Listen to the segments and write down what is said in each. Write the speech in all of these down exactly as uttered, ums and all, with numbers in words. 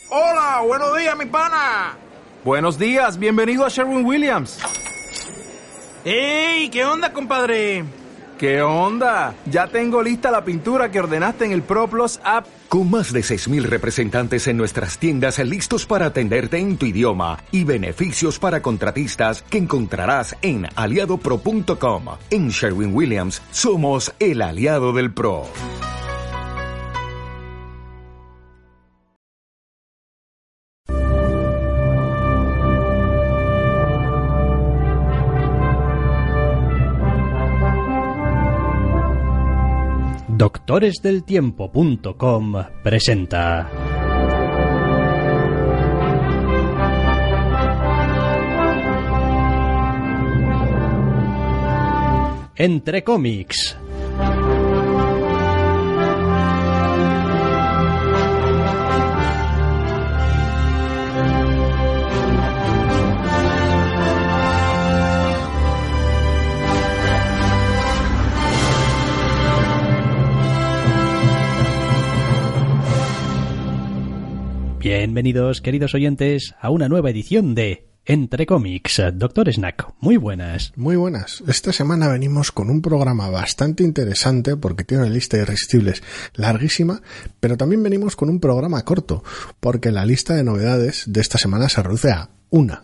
Hola, buenos días, mi pana. Buenos días, bienvenido a Sherwin-Williams. ¡Ey! ¿Qué onda, compadre? ¿Qué onda? Ya tengo lista la pintura que ordenaste en el ProPlus app. Con más de seis mil representantes en nuestras tiendas listos para atenderte en tu idioma y beneficios para contratistas que encontrarás en aliado pro punto com. En Sherwin-Williams somos el aliado del pro. doctores del tiempo punto com presenta Entre cómics. Bienvenidos, queridos oyentes, a una nueva edición de Entre Cómics. Doctor Snack, muy buenas. Muy buenas. Esta semana venimos con un programa bastante interesante porque tiene una lista de irresistibles larguísima, pero también venimos con un programa corto porque la lista de novedades de esta semana se reduce a una.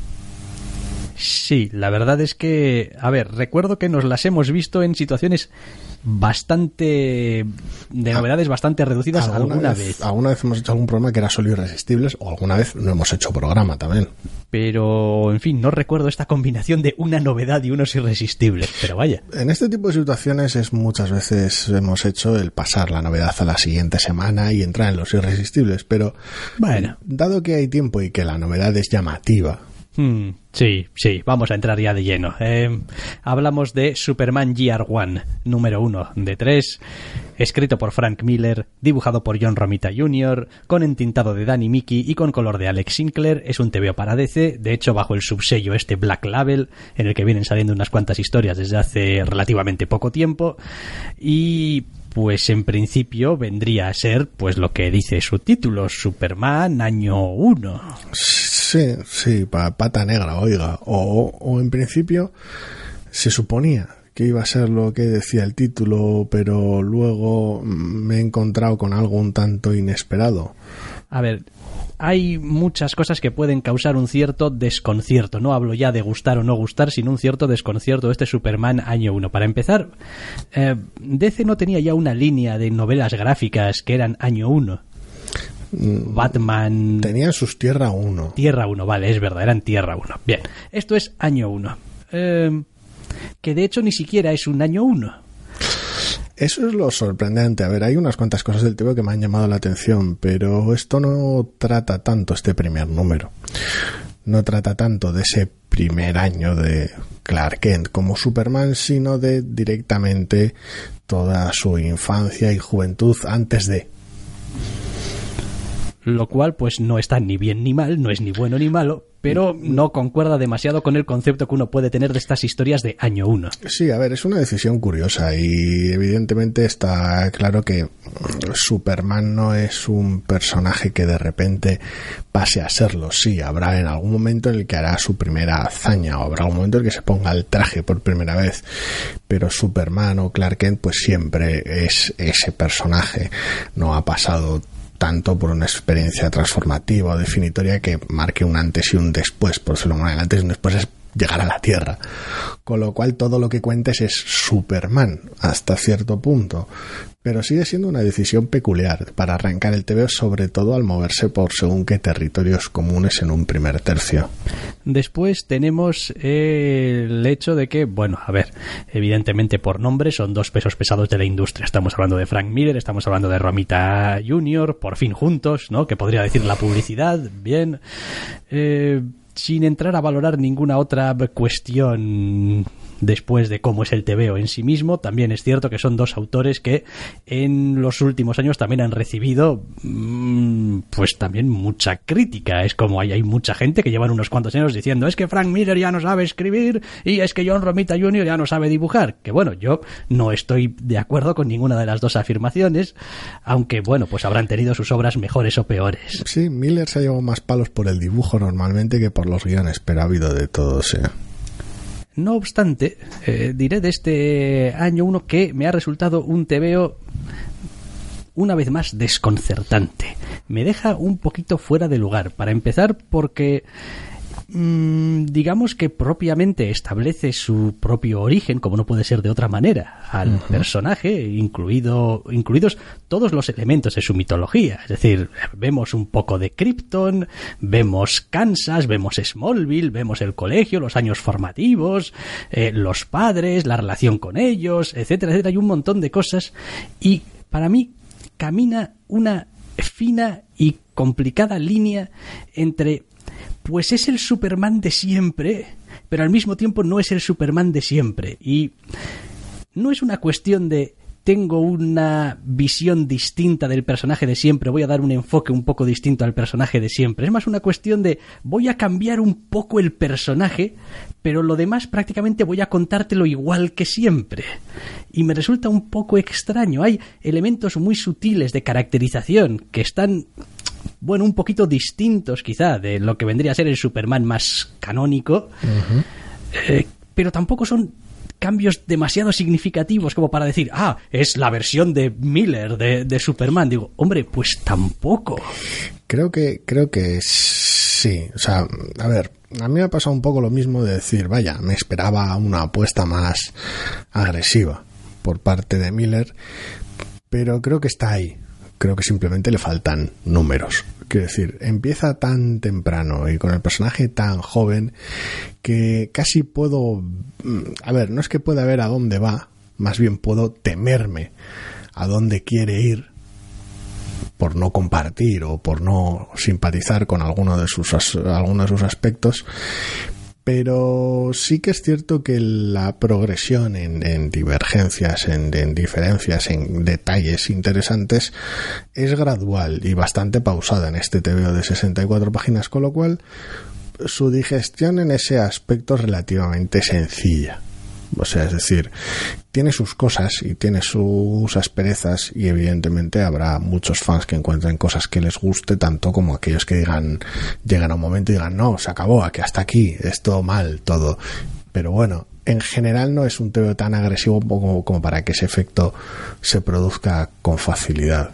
Sí, la verdad es que, a ver, recuerdo que nos las hemos visto en situaciones bastante de novedades bastante reducidas alguna, alguna vez, vez. Alguna vez hemos hecho algún programa que era solo irresistibles o alguna vez no hemos hecho programa también. Pero, en fin, no recuerdo esta combinación de una novedad y unos irresistibles, pero vaya. En este tipo de situaciones es muchas veces hemos hecho el pasar la novedad a la siguiente semana y entrar en los irresistibles, pero bueno, dado que hay tiempo y que la novedad es llamativa. Hmm, sí, sí, vamos a entrar ya de lleno. Eh, hablamos de Superman Year One, número uno de tres, escrito por Frank Miller, dibujado por John Romita junior, con entintado de Danny Miki y con color de Alex Sinclair. Es un tebeo para D C, de hecho bajo el subsello este Black Label, en el que vienen saliendo unas cuantas historias desde hace relativamente poco tiempo, y pues en principio vendría a ser pues lo que dice su título, Superman año uno. Sí, sí, pa, pata negra, oiga. O, o en principio se suponía que iba a ser lo que decía el título, pero luego me he encontrado con algo un tanto inesperado. A ver, hay muchas cosas que pueden causar un cierto desconcierto. No hablo ya de gustar o no gustar, sino un cierto desconcierto de este Superman año uno. Para empezar, eh, D C no tenía ya una línea de novelas gráficas que eran año uno. Batman... Tenían sus Tierra uno. Tierra uno, vale, es verdad, eran Tierra uno. Bien, esto es año uno. Eh, que de hecho ni siquiera es un año uno. Eso es lo sorprendente. A ver, hay unas cuantas cosas del tebeo que me han llamado la atención, pero esto no trata tanto este primer número. No trata tanto de ese primer año de Clark Kent como Superman, sino de directamente toda su infancia y juventud antes de... Lo cual pues no está ni bien ni mal, no es ni bueno ni malo, pero no concuerda demasiado con el concepto que uno puede tener de estas historias de año uno. Sí, a ver, es una decisión curiosa y evidentemente está claro que Superman no es un personaje que de repente pase a serlo. Sí, habrá en algún momento en el que hará su primera hazaña o habrá algún momento en el que se ponga el traje por primera vez, pero Superman o Clark Kent pues siempre es ese personaje. No ha pasado tanto por una experiencia transformativa o definitoria que marque un antes y un después. Por decirlo de el antes y un después es llegar a la Tierra, con lo cual todo lo que cuentes es Superman hasta cierto punto, pero sigue siendo una decisión peculiar para arrancar el tebeo, sobre todo al moverse por según qué territorios comunes en un primer tercio. Después tenemos el hecho de que, bueno, a ver, evidentemente por nombre son dos pesos pesados de la industria. Estamos hablando de Frank Miller, estamos hablando de Romita junior, por fin juntos, ¿no? Que podría decir la publicidad, bien. Eh... Sin entrar a valorar ninguna otra cuestión después de cómo es el tebeo en sí mismo, también es cierto que son dos autores que en los últimos años también han recibido mmm, pues también mucha crítica. Es como hay, hay mucha gente que llevan unos cuantos años diciendo es que Frank Miller ya no sabe escribir y es que John Romita junior ya no sabe dibujar. Que bueno, yo no estoy de acuerdo con ninguna de las dos afirmaciones, aunque bueno, pues habrán tenido sus obras mejores o peores. Sí, Miller se ha llevado más palos por el dibujo normalmente que por los guiones, pero ha habido de todo, sí. No obstante, eh, diré de este año uno que me ha resultado un tebeo una vez más desconcertante. Me deja un poquito fuera de lugar. Para empezar, porque mmm, digamos que propiamente establece su propio origen, como no puede ser de otra manera, al uh-huh. personaje, incluido, incluidos todos los elementos de su mitología. Es decir, vemos un poco de Krypton, vemos Kansas, vemos Smallville, vemos el colegio, los años formativos, eh, los padres, la relación con ellos, etcétera, etcétera. Hay un montón de cosas y para mí camina una fina y complicada línea entre, pues es el Superman de siempre, pero al mismo tiempo no es el Superman de siempre. Y no es una cuestión de tengo una visión distinta del personaje de siempre, voy a dar un enfoque un poco distinto al personaje de siempre. Es más una cuestión de voy a cambiar un poco el personaje, pero lo demás prácticamente voy a contártelo igual que siempre. Y me resulta un poco extraño. Hay elementos muy sutiles de caracterización que están, bueno, un poquito distintos quizá de lo que vendría a ser el Superman más canónico, uh-huh. eh, pero tampoco son cambios demasiado significativos como para decir, ah, es la versión de Miller de, de Superman. Digo, hombre, pues tampoco. Creo que, creo que sí. O sea, a ver, a mí me ha pasado un poco lo mismo de decir, vaya, me esperaba una apuesta más agresiva por parte de Miller, pero creo que está ahí. Creo que simplemente le faltan números. Quiero decir, empieza tan temprano y con el personaje tan joven que casi puedo... A ver, no es que pueda ver a dónde va, más bien puedo temerme a dónde quiere ir por no compartir o por no simpatizar con alguno de sus, alguno de sus aspectos. Pero sí que es cierto que la progresión en, en divergencias, en, en diferencias, en detalles interesantes es gradual y bastante pausada en este tebeo de sesenta y cuatro páginas, con lo cual su digestión en ese aspecto es relativamente sencilla. O sea, es decir, tiene sus cosas y tiene sus asperezas y evidentemente habrá muchos fans que encuentren cosas que les guste tanto como aquellos que digan, llegan a un momento y digan, no, se acabó, aquí hasta aquí, esto mal, todo. Pero bueno, en general no es un tebeo tan agresivo como, como para que ese efecto se produzca con facilidad.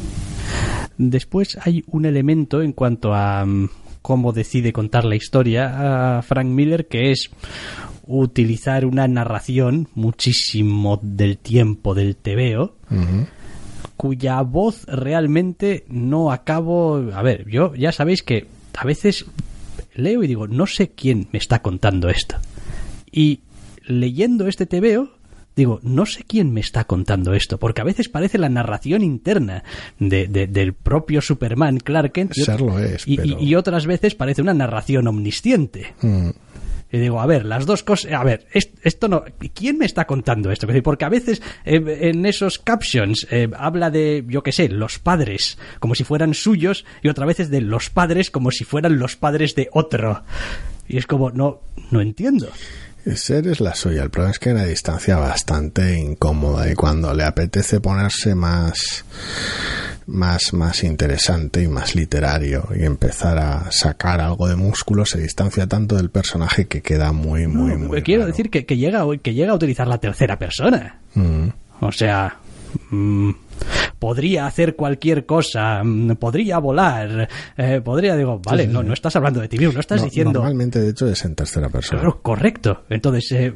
Después hay un elemento en cuanto a um, cómo decide contar la historia a Frank Miller, que es utilizar una narración muchísimo del tiempo del tebeo, uh-huh. cuya voz realmente no acabo... A ver, yo ya sabéis que a veces leo y digo, no sé quién me está contando esto. Y leyendo este tebeo, digo, no sé quién me está contando esto, porque a veces parece la narración interna de, de, del propio Superman, Clark Kent, y, Serlo es, y, pero... y, y otras veces parece una narración omnisciente. Mm. Y digo, a ver, las dos cosas... A ver, esto no... ¿Quién me está contando esto? Porque a veces eh, en esos captions eh, habla de, yo qué sé, los padres como si fueran suyos y otras veces de los padres como si fueran los padres de otro. Y es como, no, no entiendo. Ser es la suya. El problema es que hay una distancia bastante incómoda y cuando le apetece ponerse más... más más interesante y más literario y empezar a sacar algo de músculo, se distancia tanto del personaje que queda muy muy no, muy quiero raro. decir que, que llega que llega a utilizar la tercera persona. Mm. O sea, mm, podría hacer cualquier cosa, podría volar, eh, podría, digo, vale, sí, sí, no, no estás hablando de ti mismo, no estás no, diciendo... Normalmente, de hecho, es en tercera persona. Claro, correcto. Entonces, eh,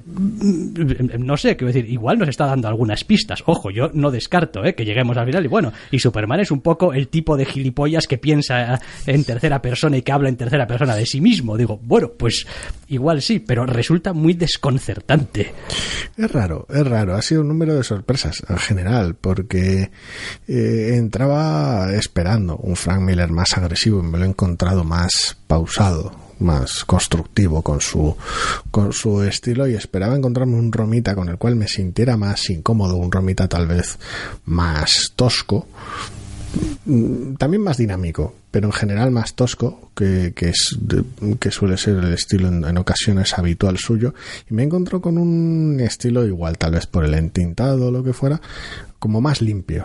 no sé, quiero decir, igual nos está dando algunas pistas. Ojo, yo no descarto eh, que lleguemos al final y bueno, y Superman es un poco el tipo de gilipollas que piensa en tercera persona y que habla en tercera persona de sí mismo. Digo, bueno, pues igual sí, pero resulta muy desconcertante. Es raro, es raro. Ha sido un número de sorpresas en general, porque... Eh, entraba esperando un Frank Miller más agresivo y me lo he encontrado más pausado, más constructivo con su con su estilo y esperaba encontrarme un Romita con el cual me sintiera más incómodo, un Romita tal vez más tosco, también más dinámico, pero en general más tosco, que, que, es, que suele ser el estilo en, en ocasiones habitual suyo, y me encontró con un estilo igual, tal vez por el entintado o lo que fuera, como más limpio,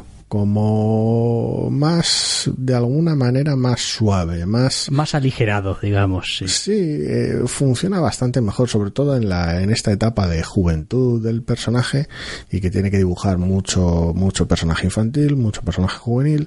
como más, de alguna manera, más suave, más... Más aligerado, digamos. Sí, sí eh, funciona bastante mejor, sobre todo en la en esta etapa de juventud del personaje, y que tiene que dibujar mucho, mucho personaje infantil, mucho personaje juvenil.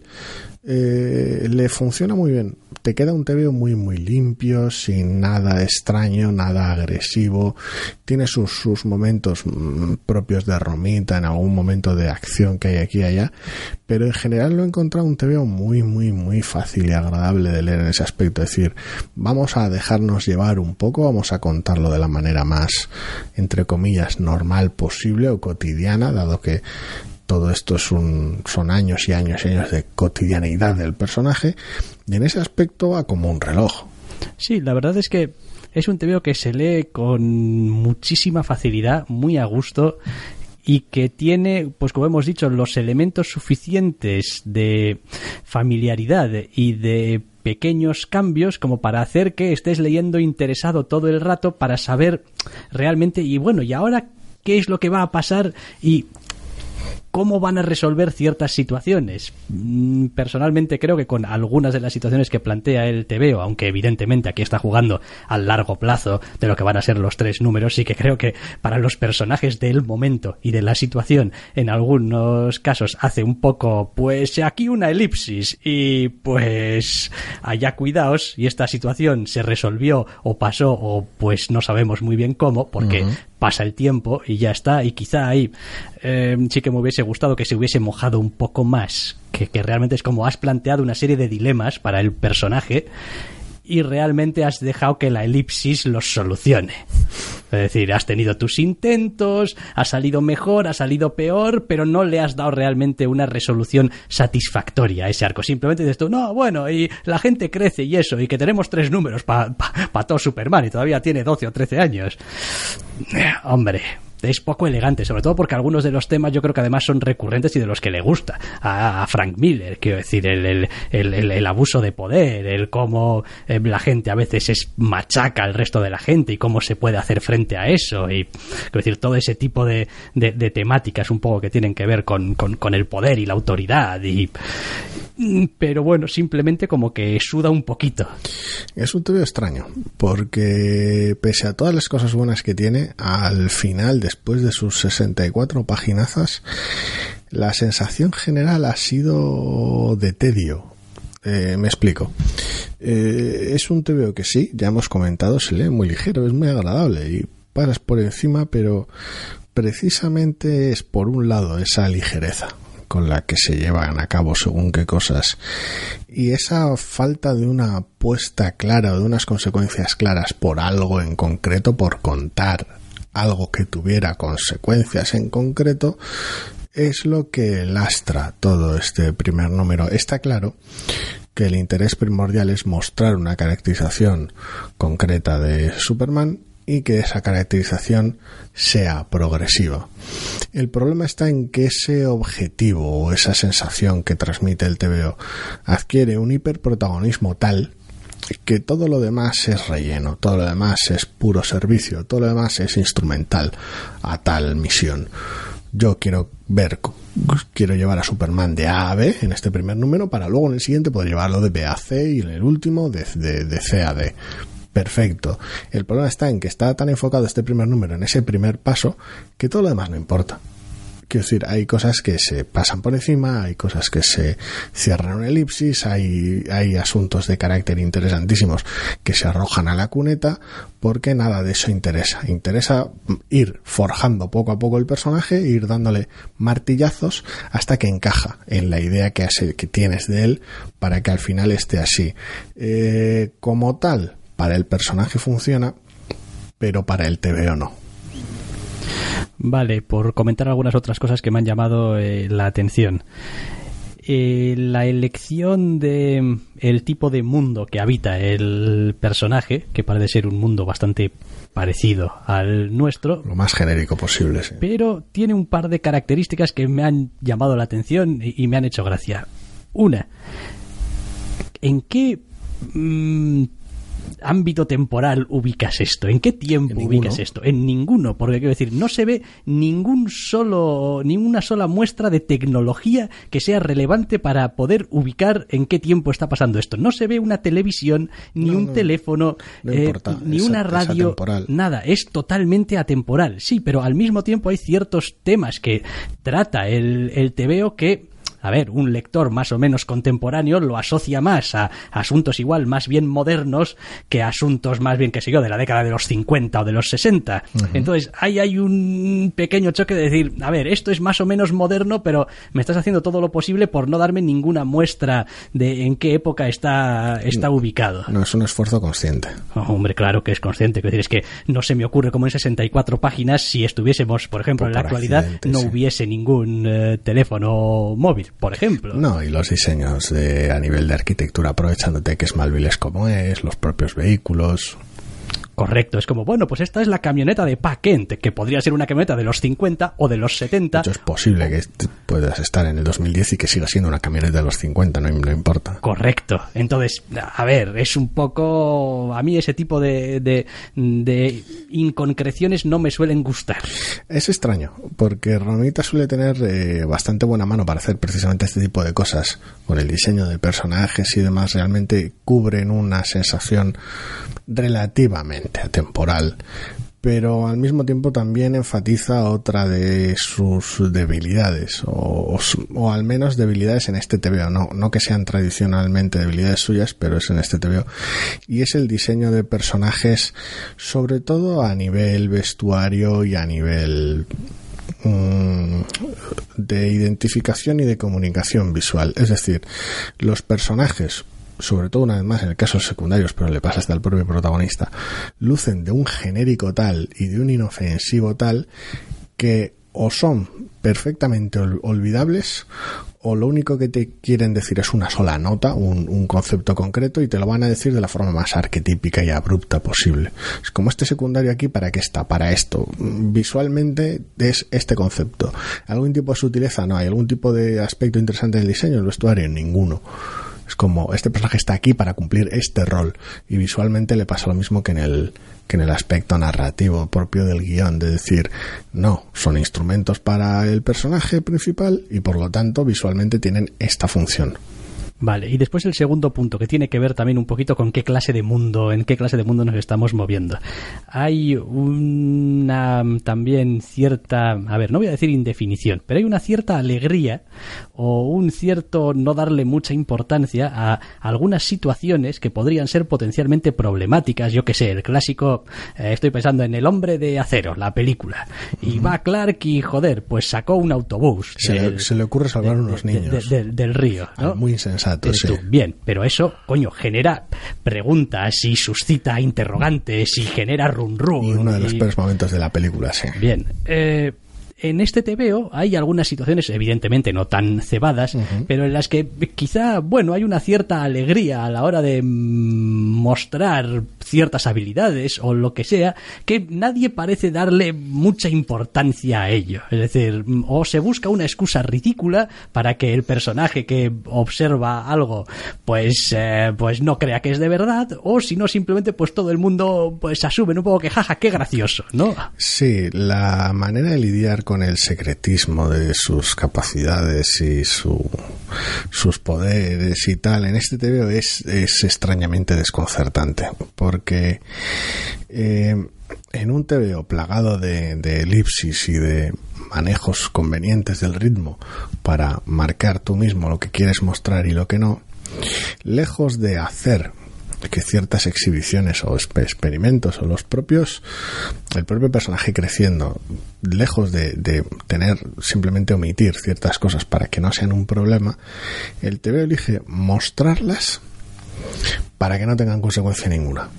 Eh, le funciona muy bien. Te queda un tebeo muy muy limpio, sin nada extraño, nada agresivo. Tiene sus, sus momentos mmm, propios de Romita, en algún momento de acción que hay aquí y allá, pero en general lo he encontrado un tebeo muy muy muy fácil y agradable de leer en ese aspecto. Es decir, vamos a dejarnos llevar un poco, vamos a contarlo de la manera más, entre comillas, normal posible o cotidiana, dado que todo esto es un, son años y años y años de cotidianeidad del personaje, y en ese aspecto va como un reloj. Sí, la verdad es que es un tebeo que se lee con muchísima facilidad, muy a gusto, y que tiene, pues como hemos dicho, los elementos suficientes de familiaridad y de pequeños cambios como para hacer que estés leyendo interesado todo el rato, para saber realmente, y bueno, y ahora qué es lo que va a pasar y cómo van a resolver ciertas situaciones. Personalmente creo que con algunas de las situaciones que plantea el tebeo, aunque evidentemente aquí está jugando al largo plazo de lo que van a ser los tres números, sí que creo que para los personajes del momento y de la situación, en algunos casos hace un poco, pues aquí una elipsis y pues allá cuidaos, y esta situación se resolvió o pasó o pues no sabemos muy bien cómo, porque uh-huh. pasa el tiempo y ya está, y quizá ahí eh, sí que me hubiese gustado que se hubiese mojado un poco más, que, que realmente es como has planteado una serie de dilemas para el personaje y realmente has dejado que la elipsis los solucione. Es decir, has tenido tus intentos, ha salido mejor, ha salido peor, pero no le has dado realmente una resolución satisfactoria a ese arco. Simplemente dices tú, no, bueno, y la gente crece y eso, y que tenemos tres números para pa, pa todo Superman y todavía tiene doce o trece años. Hombre, es poco elegante, sobre todo porque algunos de los temas yo creo que además son recurrentes y de los que le gusta a, a Frank Miller, quiero decir, el, el, el, el, el abuso de poder, el cómo eh, la gente a veces es machaca al resto de la gente y cómo se puede hacer frente a eso, y quiero decir, todo ese tipo de, de, de temáticas un poco que tienen que ver con, con, con el poder y la autoridad, y pero bueno, simplemente como que suda un poquito. Es un tebeo extraño, porque pese a todas las cosas buenas que tiene, al final, después de sus sesenta y cuatro paginazas, la sensación general ha sido de tedio. Eh, me explico. Eh, es un tebeo que sí, ya hemos comentado, se lee muy ligero, es muy agradable y paras por encima, pero precisamente es por un lado esa ligereza con la que se llevan a cabo según qué cosas, y esa falta de una apuesta clara o de unas consecuencias claras por algo en concreto, por contar algo que tuviera consecuencias en concreto, es lo que lastra todo este primer número. Está claro que el interés primordial es mostrar una caracterización concreta de Superman y que esa caracterización sea progresiva. El problema está en que ese objetivo o esa sensación que transmite el tebeo adquiere un hiperprotagonismo tal que todo lo demás es relleno, todo lo demás es puro servicio, todo lo demás es instrumental a tal misión. Yo quiero ver, quiero llevar a Superman de A a B en este primer número para luego en el siguiente poder llevarlo de B a C y en el último de, de, de C a D. Perfecto. El problema está en que está tan enfocado este primer número en ese primer paso que todo lo demás no importa. Quiero decir, hay cosas que se pasan por encima, hay cosas que se cierran en elipsis, hay, hay asuntos de carácter interesantísimos que se arrojan a la cuneta porque nada de eso interesa. Interesa ir forjando poco a poco el personaje, ir dándole martillazos hasta que encaja en la idea que, hace, que tienes de él para que al final esté así. Eh, como tal, para el personaje funciona, pero para el tebeo no. Vale, por comentar algunas otras cosas que me han llamado eh, la atención. Eh, la elección de el tipo de mundo que habita el personaje, que parece ser un mundo bastante parecido al nuestro, lo más genérico posible, sí. Pero tiene un par de características que me han llamado la atención y, y me han hecho gracia. Una, ¿en qué mmm, ámbito temporal ubicas esto? ¿En qué tiempo ¿En ubicas ninguno? esto? En ninguno, porque quiero decir, no se ve ningún solo, ninguna sola muestra de tecnología que sea relevante para poder ubicar en qué tiempo está pasando esto. No se ve una televisión, ni No, un no, teléfono, no eh, importa, ni es una a- es radio, atemporal. nada, es totalmente atemporal. Sí, pero al mismo tiempo hay ciertos temas que trata el, el tebeo que, a ver, un lector más o menos contemporáneo lo asocia más a asuntos igual más bien modernos que a asuntos más bien, que sé yo, de la década de los cincuenta o de los sesenta. Uh-huh. Entonces, ahí hay un pequeño choque de decir, a ver, esto es más o menos moderno, pero me estás haciendo todo lo posible por no darme ninguna muestra de en qué época está, está ubicado. No, es un esfuerzo consciente. Oh, hombre, claro que es consciente. Quiero decir, es que no se me ocurre como en sesenta y cuatro páginas, si estuviésemos, por ejemplo, Por en la actualidad, no sí. hubiese ningún eh, teléfono móvil, por ejemplo. No, y los diseños de, a nivel de arquitectura, aprovechándote que Smallville es como es, los propios vehículos. Correcto, es como, bueno, pues esta es la camioneta de Pa Kent, que podría ser una camioneta de los cincuenta o de los setenta. De hecho, es posible que puedas estar en el dos mil diez y que siga siendo una camioneta de los cincuenta, no, no importa. Correcto. Entonces, a ver, es un poco... A mí ese tipo de, de, de inconcreciones no me suelen gustar. Es extraño, porque Romita suele tener eh, bastante buena mano para hacer precisamente este tipo de cosas. Con el diseño de personajes y demás, realmente cubren una sensación relativamente atemporal, pero al mismo tiempo también enfatiza otra de sus debilidades, o, o, o al menos debilidades en este tebeo, no, no que sean tradicionalmente debilidades suyas, pero es en este tebeo, y es el diseño de personajes, sobre todo a nivel vestuario y a nivel mm, de identificación y de comunicación visual. Es decir, los personajes, sobre todo una vez más en el caso de los secundarios, pero le pasa hasta al propio protagonista, lucen de un genérico tal y de un inofensivo tal que o son perfectamente ol- olvidables o lo único que te quieren decir es una sola nota, un, un concepto concreto, y te lo van a decir de la forma más arquetípica y abrupta posible. Es como este secundario aquí, ¿para qué está? Para esto. Visualmente es este concepto. ¿Algún tipo de sutileza? No. ¿Hay algún tipo de aspecto interesante del diseño? El vestuario, ninguno. Es como, este personaje está aquí para cumplir este rol, y visualmente le pasa lo mismo que en el que en el aspecto narrativo propio del guión, de decir, no, son instrumentos para el personaje principal y por lo tanto visualmente tienen esta función. Vale, y después el segundo punto, que tiene que ver también un poquito con qué clase de mundo, en qué clase de mundo nos estamos moviendo. Hay una también cierta, a ver, no voy a decir indefinición, pero hay una cierta alegría o un cierto no darle mucha importancia a algunas situaciones que podrían ser potencialmente problemáticas. Yo que sé, el clásico, eh, estoy pensando en El hombre de acero, la película, y va Clark y, joder, pues sacó un autobús. Se, del, le, se le ocurre salvar de, unos de, niños. De, de, de, del río, ¿no? Ah, muy insensato, sí. Tú, bien, pero eso, coño, genera preguntas y suscita interrogantes y genera run run. Y uno de los y... peores momentos de la película, sí. Bien, eh... en este tebeo hay algunas situaciones, evidentemente no tan cebadas, uh-huh. pero en las que quizá, bueno, hay una cierta alegría a la hora de mostrar ciertas habilidades o lo que sea, que nadie parece darle mucha importancia a ello. Es decir, o se busca una excusa ridícula para que el personaje que observa algo pues, eh, pues no crea que es de verdad, o si no, simplemente pues todo el mundo pues asume un poco que jaja, qué gracioso, ¿no? Sí, la manera de lidiar con el secretismo de sus capacidades y su, sus poderes y tal en este tebeo es, es extrañamente desconcertante, porque eh, en un tebeo plagado de, de elipsis y de manejos convenientes del ritmo para marcar tú mismo lo que quieres mostrar y lo que no, lejos de hacer que ciertas exhibiciones o experimentos o los propios el propio personaje creciendo, lejos de, de tener simplemente omitir ciertas cosas para que no sean un problema, el tebeo elige mostrarlas para que no tengan consecuencia ninguna,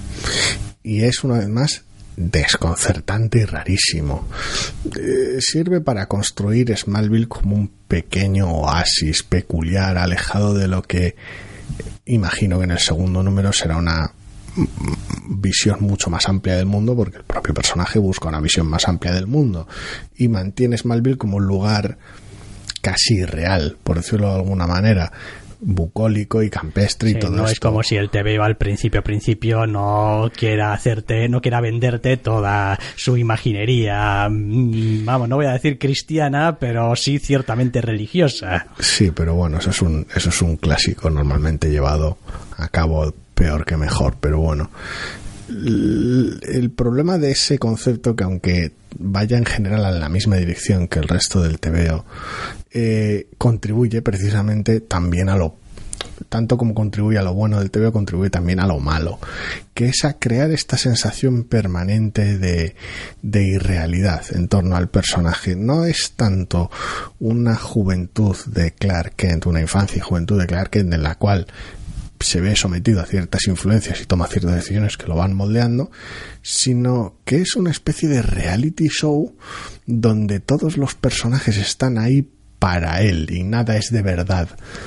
y es una vez más desconcertante y rarísimo. Eh, sirve para construir Smallville como un pequeño oasis peculiar, alejado de lo que imagino que en el segundo número será una visión mucho más amplia del mundo, porque el propio personaje busca una visión más amplia del mundo y mantiene Smallville como un lugar casi irreal, por decirlo de alguna manera, bucólico y campestre y sí, todo no esto. Es como si el T V O al principio principio no quiera hacerte, no quiera venderte toda su imaginería, vamos, no voy a decir cristiana, pero sí ciertamente religiosa. Sí, pero bueno, eso es un eso es un clásico normalmente llevado a cabo peor que mejor, pero bueno. El problema de ese concepto, que aunque vaya en general a la misma dirección que el resto del T V O, eh, contribuye precisamente también a lo, tanto como contribuye a lo bueno del T V O, contribuye también a lo malo, que es a crear esta sensación permanente de, de irrealidad en torno al personaje. No es tanto una juventud de Clark Kent, una infancia y juventud de Clark Kent en la cual se ve sometido a ciertas influencias y toma ciertas decisiones que lo van moldeando, sino que es una especie de reality show donde todos los personajes están ahí para él y nada es de verdad.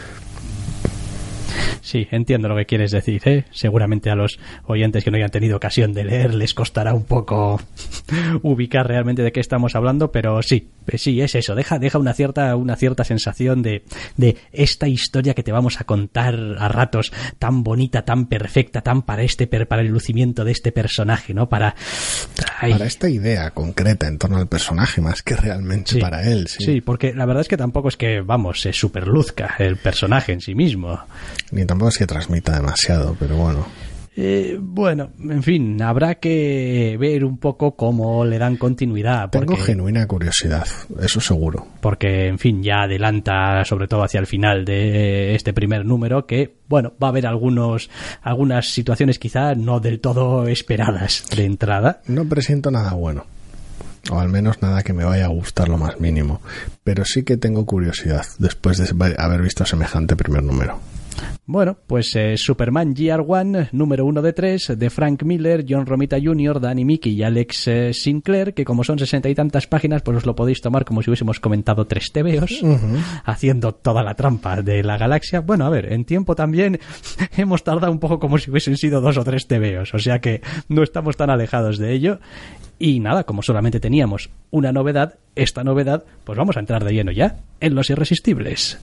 Sí, entiendo lo que quieres decir, ¿eh? Seguramente a los oyentes que no hayan tenido ocasión de leer les costará un poco ubicar realmente de qué estamos hablando, pero sí, sí, es eso, deja, deja una cierta, una cierta sensación de, de esta historia que te vamos a contar a ratos tan bonita, tan perfecta, tan para este, para el lucimiento de este personaje, ¿no? Para, ay. para esta idea concreta en torno al personaje más que realmente sí, para él. Sí. sí, porque la verdad es que tampoco es que, vamos, se superluzca el personaje en sí mismo. Ni tampoco es que transmita demasiado, pero bueno. Eh, bueno, en fin, habrá que ver un poco cómo le dan continuidad. Porque, tengo genuina curiosidad, eso seguro. Porque, en fin, ya adelanta, sobre todo hacia el final de este primer número, que, bueno, va a haber algunos algunas situaciones quizá no del todo esperadas de entrada. No presiento nada bueno, o al menos nada que me vaya a gustar lo más mínimo, pero sí que tengo curiosidad después de haber visto semejante primer número. Bueno, pues eh, Superman Year One, número uno de tres, de Frank Miller, John Romita junior, Danny Miki y Alex eh, Sinclair, que como son sesenta y tantas páginas, pues os lo podéis tomar como si hubiésemos comentado tres T V Os, uh-huh. haciendo toda la trampa de la galaxia. Bueno, a ver, en tiempo también hemos tardado un poco como si hubiesen sido dos o tres T V Os, o sea que no estamos tan alejados de ello. Y nada, como solamente teníamos una novedad, esta novedad, pues vamos a entrar de lleno ya en Los Irresistibles.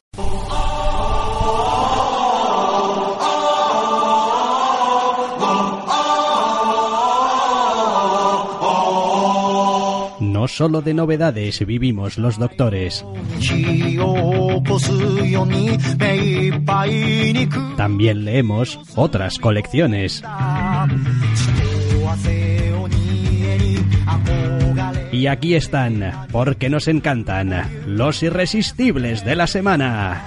No solo de novedades vivimos los doctores. También leemos otras colecciones. Y aquí están, porque nos encantan, los irresistibles de la semana.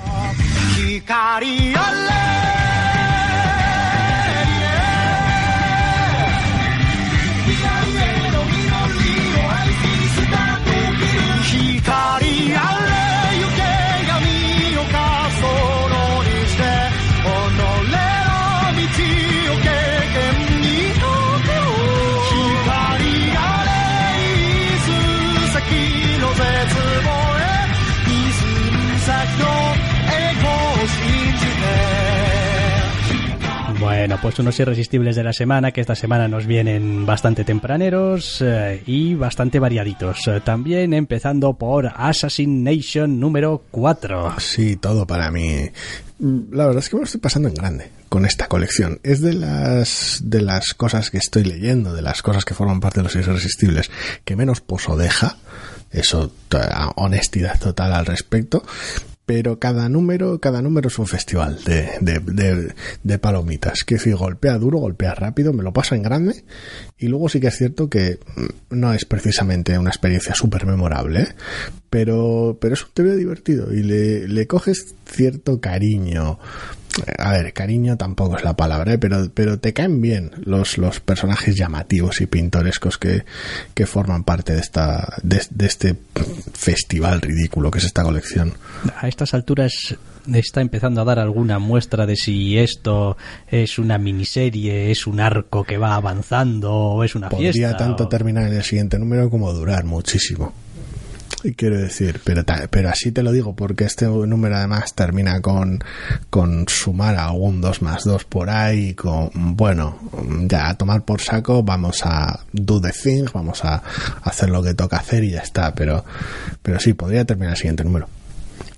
Bueno, pues unos irresistibles de la semana que esta semana nos vienen bastante tempraneros eh, y bastante variaditos. Eh, también empezando por Assassination número cuatro. Sí, todo para mí. La verdad es que me lo estoy pasando en grande con esta colección. Es de las de las cosas que estoy leyendo, de las cosas que forman parte de los irresistibles, que menos poso deja. Eso, honestidad total al respecto. Pero cada número, cada número es un festival de, de, de, de palomitas. Que si golpea duro, golpea rápido, me lo paso en grande. Y luego sí que es cierto que no es precisamente una experiencia súper memorable, ¿eh? pero, pero es un T V divertido y le, le coges cierto cariño. A ver, cariño tampoco es la palabra, ¿eh? pero, pero te caen bien los, los personajes llamativos y pintorescos que, que forman parte de esta de, de este festival ridículo que es esta colección. A estas alturas está empezando a dar alguna muestra de si esto es una miniserie, es un arco que va avanzando o es una Podría fiesta. Podría tanto o... terminar en el siguiente número como durar muchísimo. Y quiero decir, pero pero así te lo digo porque este número además termina con con sumar algún dos más dos por ahí, con bueno, ya a tomar por saco, vamos a do the thing, vamos a hacer lo que toca hacer y ya está, pero pero sí, podría terminar el siguiente número.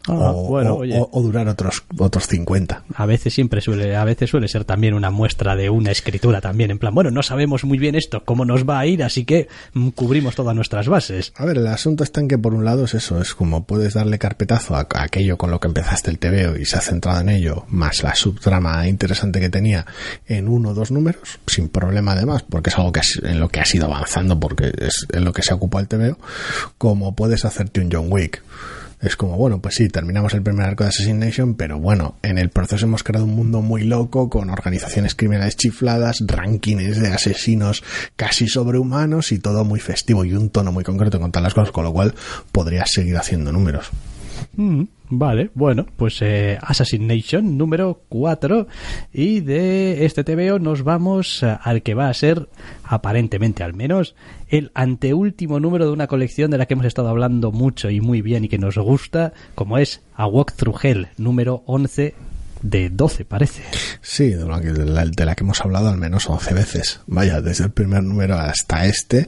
Ah, o, bueno, o, oye. o, o durar otros otros cincuenta. A veces siempre suele, a veces suele ser también una muestra de una escritura también, en plan, bueno, no sabemos muy bien esto, cómo nos va a ir, así que mm, cubrimos todas nuestras bases. A ver, el asunto está en que por un lado es eso, es como puedes darle carpetazo a, a aquello con lo que empezaste el tebeo y se ha centrado en ello, más la subtrama interesante que tenía en uno o dos números, sin problema además, porque es algo que es, en lo que has ido avanzando, porque es en lo que se ha ocupado el tebeo, como puedes hacerte un John Wick. Es como, bueno, pues sí, terminamos el primer arco de Assassination, pero bueno, en el proceso hemos creado un mundo muy loco, con organizaciones criminales chifladas, rankings de asesinos casi sobrehumanos y todo muy festivo y un tono muy concreto con todas las cosas, con lo cual podrías seguir haciendo números. Mm, vale, bueno, pues eh, Assassination número cuatro, y de este T V O nos vamos a, al que va a ser, aparentemente al menos, el anteúltimo número de una colección de la que hemos estado hablando mucho y muy bien y que nos gusta, como es A Walk Through Hell número once de doce, parece. Sí, de la, que, de, la, de la que hemos hablado al menos once veces. Vaya, desde el primer número hasta este.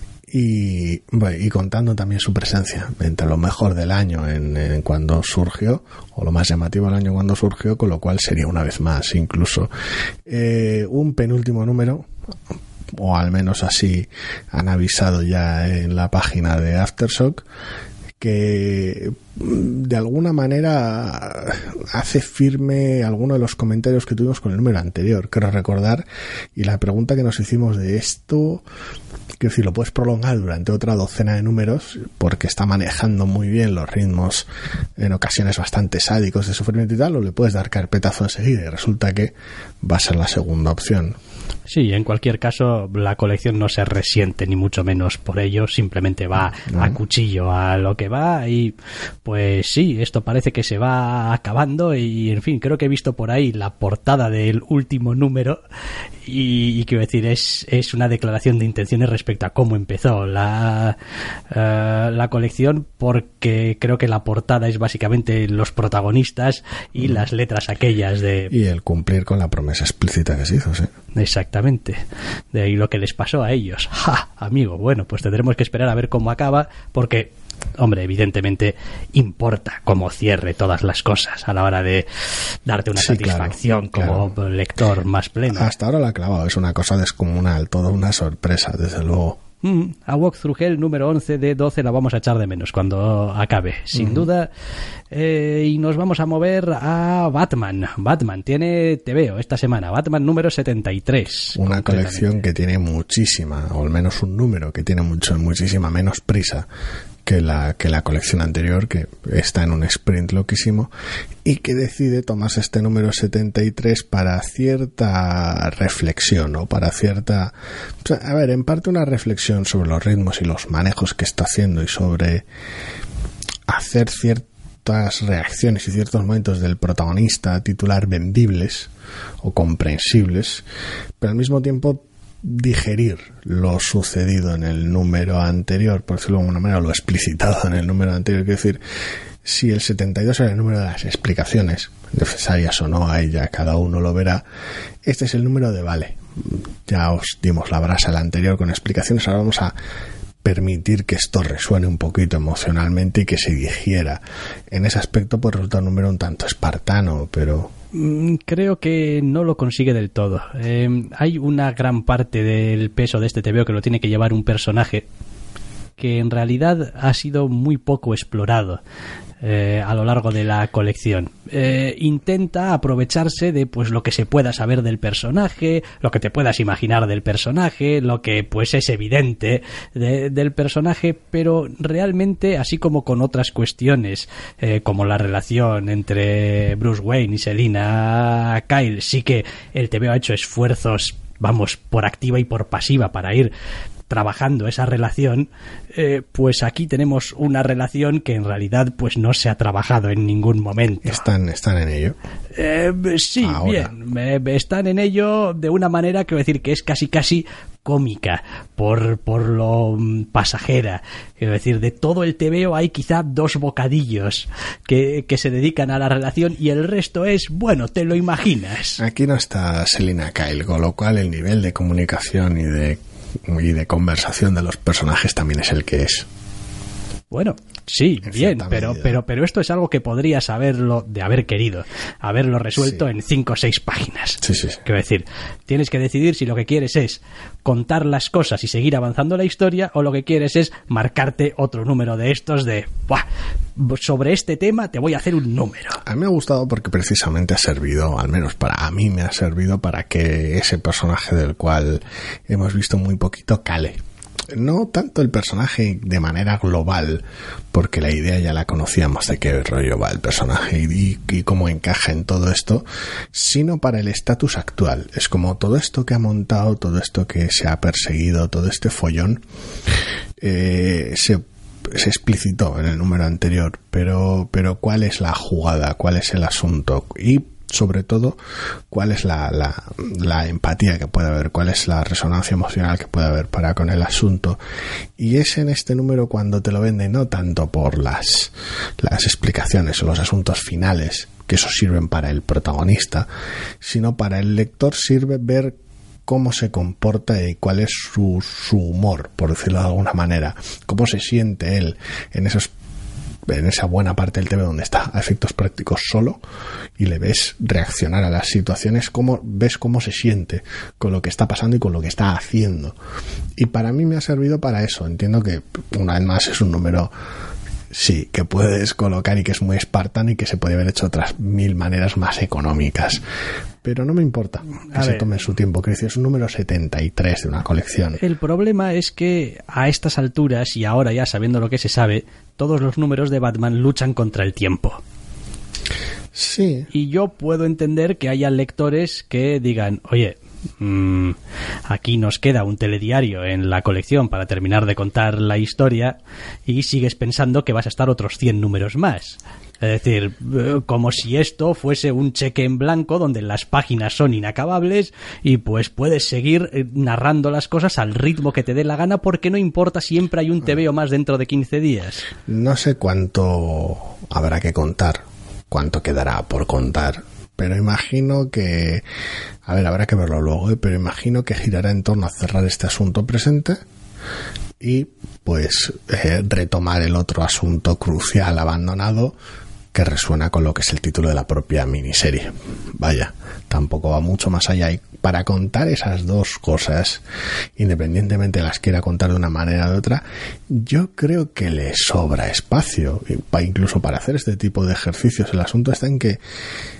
Y, bueno, y contando también su presencia entre lo mejor del año en, en cuando surgió, o lo más llamativo del año cuando surgió, con lo cual sería una vez más incluso eh, un penúltimo número, o al menos así han avisado ya en la página de Aftershock, que de alguna manera hace firme alguno de los comentarios que tuvimos con el número anterior, creo recordar, y la pregunta que nos hicimos de esto, quiero decir, lo puedes prolongar durante otra docena de números porque está manejando muy bien los ritmos en ocasiones bastante sádicos de sufrimiento y tal, o le puedes dar carpetazo enseguida, y resulta que va a ser la segunda opción. Sí, en cualquier caso la colección no se resiente ni mucho menos por ello, simplemente va no. a cuchillo a lo que va, y pues sí, esto parece que se va acabando, y en fin, creo que he visto por ahí la portada del último número y, y quiero decir, es, es una declaración de intenciones respecto a cómo empezó la, uh, la colección, porque creo que la portada es básicamente los protagonistas y mm. las letras aquellas de... Y el cumplir con la promesa explícita que se hizo, sí. Exactamente, de ahí lo que les pasó a ellos. ¡Ja! Amigo, bueno, pues tendremos que esperar a ver cómo acaba, porque, hombre, evidentemente importa cómo cierre todas las cosas a la hora de darte una sí, satisfacción claro, como claro. lector más pleno. Hasta ahora la ha clavado, es una cosa descomunal, toda una sorpresa, desde luego. Mm, a Walk Through Hell número once de doce la vamos a echar de menos cuando acabe, sin mm. duda. Eh, y nos vamos a mover a Batman. Batman tiene T V O esta semana, Batman número setenta y tres. Una colección que tiene muchísima, o al menos un número que tiene mucho, muchísima menos prisa que la, que la colección anterior, que está en un sprint loquísimo, y que decide tomarse este número setenta y tres para cierta reflexión, o para cierta... O sea, a ver, en parte una reflexión sobre los ritmos y los manejos que está haciendo, y sobre hacer ciertas reacciones y ciertos momentos del protagonista titular vendibles o comprensibles, pero al mismo tiempo digerir lo sucedido en el número anterior, por decirlo de alguna manera, lo explicitado en el número anterior. Quiero decir, si el setenta y dos era el número de las explicaciones, necesarias o no, ahí ya cada uno lo verá, este es el número de vale, ya os dimos la brasa el anterior con explicaciones, ahora vamos a permitir que esto resuene un poquito emocionalmente y que se digiera. En ese aspecto pues resulta un número un tanto espartano, pero... Creo que no lo consigue del todo. Eh, hay una gran parte del peso de este T V O que lo tiene que llevar un personaje que en realidad ha sido muy poco explorado eh, a lo largo de la colección. Eh, intenta aprovecharse de pues lo que se pueda saber del personaje, lo que te puedas imaginar del personaje, lo que pues es evidente de, del personaje, pero realmente, así como con otras cuestiones eh, como la relación entre Bruce Wayne y Selina Kyle, sí que el T V O ha hecho esfuerzos, vamos, por activa y por pasiva para ir trabajando esa relación, eh, pues aquí tenemos una relación que en realidad pues no se ha trabajado en ningún momento. ¿Están, están en ello? Eh, sí, Ahora. bien. Eh, están en ello de una manera que voy a decir que es casi casi cómica, por, por lo pasajera. Quiero decir, de todo el T V O hay quizá dos bocadillos que, que se dedican a la relación, y el resto es, bueno, te lo imaginas. Aquí no está Selina Kyle, con lo cual el nivel de comunicación y de y de conversación de los personajes también es el que es. Bueno, Sí, bien, pero, pero, pero esto es algo que podrías haberlo, de haber querido, haberlo resuelto sí. en cinco o seis páginas. Sí, sí, sí. Quiero decir, tienes que decidir si lo que quieres es contar las cosas y seguir avanzando la historia, o lo que quieres es marcarte otro número de estos de, ¡buah! Sobre este tema te voy a hacer un número. A mí me ha gustado porque precisamente ha servido, al menos para a mí me ha servido para que ese personaje del cual hemos visto muy poquito cale. No tanto el personaje de manera global, porque la idea ya la conocíamos de qué rollo va el personaje y, y cómo encaja en todo esto, sino para el estatus actual. Es como todo esto que ha montado, todo esto que se ha perseguido, todo este follón, eh, se se explicitó en el número anterior, pero, pero ¿cuál es la jugada? ¿Cuál es el asunto? Y sobre todo, ¿cuál es la, la, la empatía que puede haber? ¿Cuál es la resonancia emocional que puede haber para con el asunto? Y es en este número cuando te lo venden, no tanto por las, las explicaciones o los asuntos finales, que eso sirven para el protagonista, sino para el lector sirve ver cómo se comporta y cuál es su, su humor, por decirlo de alguna manera, cómo se siente él en esos en esa buena parte del T V donde está a efectos prácticos solo y le ves reaccionar a las situaciones, cómo ves cómo se siente con lo que está pasando y con lo que está haciendo. Y para mí me ha servido para eso. Entiendo que una vez más es un número sí, que puedes colocar y que es muy espartano y que se puede haber hecho otras mil maneras más económicas. Pero no me importa que a se ver. tome su tiempo. Que es un número setenta y tres de una colección. El problema es que a estas alturas, y ahora ya sabiendo lo que se sabe, todos los números de Batman luchan contra el tiempo. Sí. Y yo puedo entender que haya lectores que digan, oye, mmm, aquí nos queda un telediario en la colección para terminar de contar la historia y sigues pensando que vas a estar otros cien números más. Es decir, como si esto fuese un cheque en blanco donde las páginas son inacabables y pues puedes seguir narrando las cosas al ritmo que te dé la gana porque no importa, siempre hay un T V o más dentro de quince días. No sé cuánto habrá que contar, cuánto quedará por contar, pero imagino que, a ver, habrá que verlo luego, ¿eh? Pero imagino que girará en torno a cerrar este asunto presente y pues eh, retomar el otro asunto crucial abandonado que resuena con lo que es el título de la propia miniserie. Vaya, tampoco va mucho más allá. Y para contar esas dos cosas, independientemente las quiera contar de una manera o de otra, yo creo que le sobra espacio, incluso para hacer este tipo de ejercicios. El asunto está en que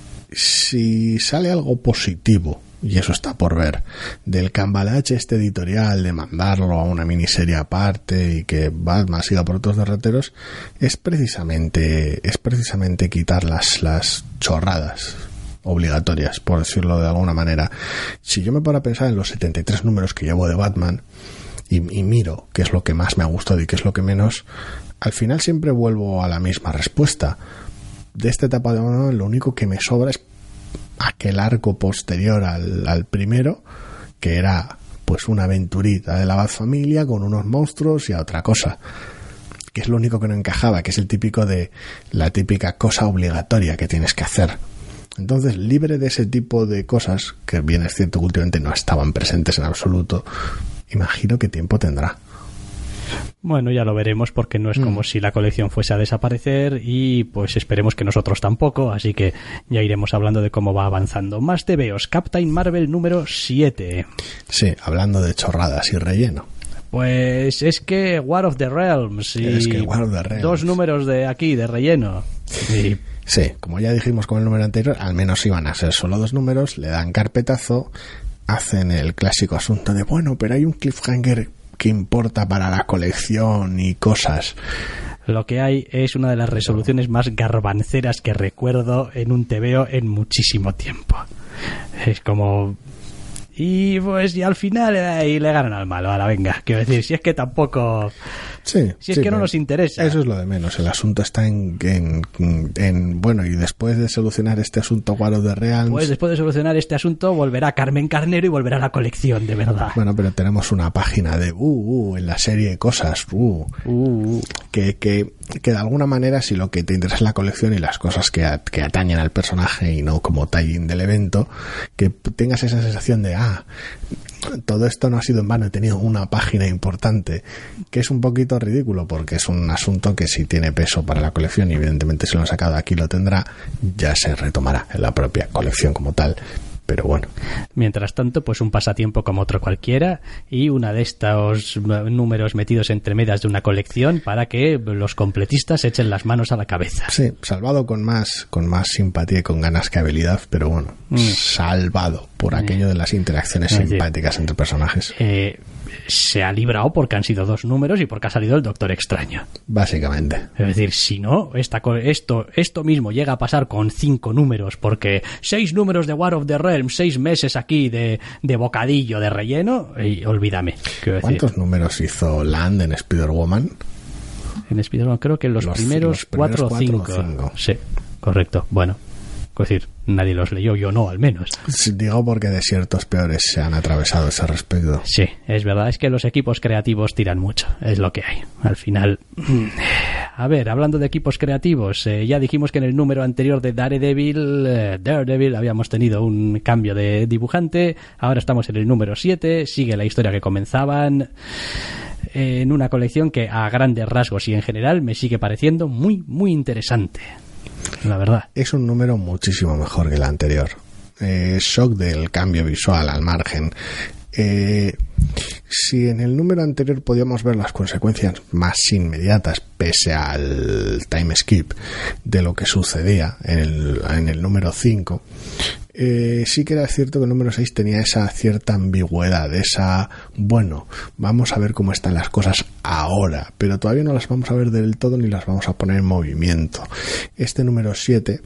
si sale algo positivo, y eso está por ver, del cambalache este editorial de mandarlo a una miniserie aparte y que Batman siga por otros derroteros, es precisamente es precisamente quitar las, las chorradas obligatorias, por decirlo de alguna manera. Si yo me paro a pensar en los setenta y tres números que llevo de Batman y, y miro qué es lo que más me ha gustado y qué es lo que menos, al final siempre vuelvo a la misma respuesta. De esta etapa de Batman, lo único que me sobra es aquel arco posterior al, al primero, que era pues una aventurita de la Batfamilia con unos monstruos y a otra cosa, que es lo único que no encajaba, que es el típico de la típica cosa obligatoria que tienes que hacer. Entonces, libre de ese tipo de cosas, que bien es cierto que últimamente no estaban presentes en absoluto, imagino qué tiempo tendrá. Bueno, ya lo veremos, porque no es mm. como si la colección fuese a desaparecer y pues esperemos que nosotros tampoco, así que ya iremos hablando de cómo va avanzando. Más tebeos, Captain Marvel número siete. Sí, hablando de chorradas y relleno. Pues es que War of the Realms y es que War of the Realms. Dos números de aquí, de relleno. Y... sí, como ya dijimos con el número anterior, al menos iban a ser solo dos números, le dan carpetazo, hacen el clásico asunto de bueno, pero hay un cliffhanger que importa para la colección y cosas. Lo que hay es una de las resoluciones más garbanceras que recuerdo en un tebeo en muchísimo tiempo. Es como... y pues y al final eh, y le ganan al malo. Ahora venga, quiero decir, si es que tampoco... sí, si es sí, que no nos interesa. Eso es lo de menos. El asunto está en, en, en bueno, y después de solucionar este asunto War of the Realms, pues después de solucionar este asunto volverá Carmen Carnero y volverá a la colección, de verdad. Bueno, pero tenemos una página de uh, uh en la serie de cosas uh, uh, uh. Que, que, que de alguna manera, si lo que te interesa es la colección y las cosas que, a, que atañen al personaje y no como tie-in del evento, que tengas esa sensación de ah, todo esto no ha sido en vano, he tenido una página importante, que es un poquito ridículo porque es un asunto que si tiene peso para la colección y evidentemente si lo han sacado aquí lo tendrá, ya se retomará en la propia colección como tal. Pero bueno. Mientras tanto, pues un pasatiempo como otro cualquiera y una de estos números metidos entre medias de una colección para que los completistas echen las manos a la cabeza. Sí, salvado con más con más simpatía y con ganas que habilidad, pero bueno, mm. salvado por aquello de las interacciones es simpáticas decir, entre personajes. Eh, se ha librado porque han sido dos números y porque ha salido el Doctor Extraño. Básicamente. Es decir, si no, esta, esto, esto mismo llega a pasar con cinco números, porque seis números de War of the Realms, seis meses aquí de, de bocadillo, de relleno, y olvídame. ¿Cuántos decir? números hizo Land en Spider-Woman? En Spider-Man creo que los, los primeros, los primeros cuatro o cinco. cinco. Sí, correcto. Bueno. Es decir, nadie los leyó, yo no, al menos. Digo porque desiertos peores se han atravesado a ese respecto. Sí, es verdad, es que los equipos creativos tiran mucho, es lo que hay. Al final, a ver, hablando de equipos creativos, eh, ya dijimos que en el número anterior de Daredevil, eh, Daredevil habíamos tenido un cambio de dibujante, ahora estamos en el número siete, sigue la historia que comenzaban en una colección que a grandes rasgos y en general me sigue pareciendo muy, muy interesante. La verdad. Es un número muchísimo mejor que el anterior. Eh, shock del cambio visual al margen. Eh, si en el número anterior podíamos ver las consecuencias más inmediatas, pese al time skip de lo que sucedía en el, en el número cinco, eh, sí que era cierto que el número seis tenía esa cierta ambigüedad, esa, bueno, vamos a ver cómo están las cosas ahora, pero todavía no las vamos a ver del todo ni las vamos a poner en movimiento. Este número siete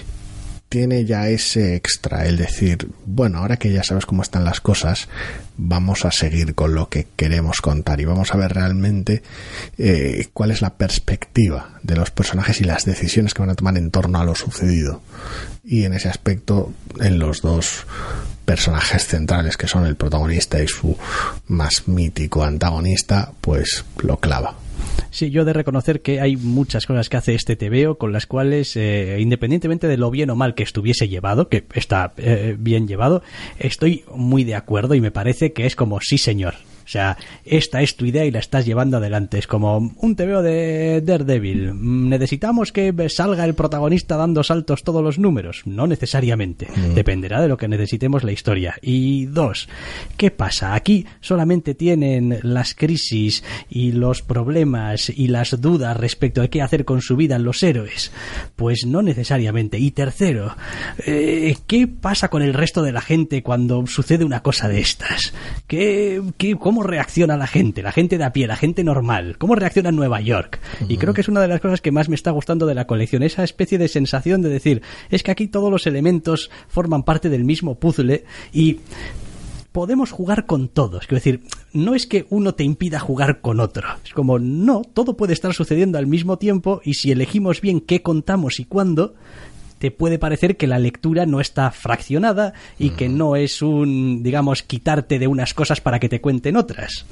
tiene ya ese extra, el decir, bueno, ahora que ya sabes cómo están las cosas, vamos a seguir con lo que queremos contar y vamos a ver realmente eh, cuál es la perspectiva de los personajes y las decisiones que van a tomar en torno a lo sucedido. Y en ese aspecto, en los dos personajes centrales, que son el protagonista y su más mítico antagonista, pues lo clava. Sí, yo he de reconocer que hay muchas cosas que hace este tebeo con las cuales, eh, independientemente de lo bien o mal que estuviese llevado, que está eh, bien llevado, estoy muy de acuerdo y me parece que es como sí señor. O sea, esta es tu idea y la estás llevando adelante. Es como un tebeo de Daredevil. ¿Necesitamos que salga el protagonista dando saltos todos los números? No necesariamente. Mm. Dependerá de lo que necesitemos la historia. Y dos, ¿qué pasa? Aquí solamente tienen las crisis y los problemas y las dudas respecto a qué hacer con su vida los héroes. Pues no necesariamente. Y tercero, eh, ¿qué pasa con el resto de la gente cuando sucede una cosa de estas? ¿Qué, qué, ¿Cómo reacciona la gente? La gente de a pie, la gente normal. ¿Cómo reacciona en Nueva York? Uh-huh. Y creo que es una de las cosas que más me está gustando de la colección. Esa especie de sensación de decir, es que aquí todos los elementos forman parte del mismo puzzle y podemos jugar con todos. Quiero decir, no es que uno te impida jugar con otro. Es como, no, todo puede estar sucediendo al mismo tiempo y si elegimos bien qué contamos y cuándo, te puede parecer que la lectura no está fraccionada y que no es un, digamos, quitarte de unas cosas para que te cuenten otras.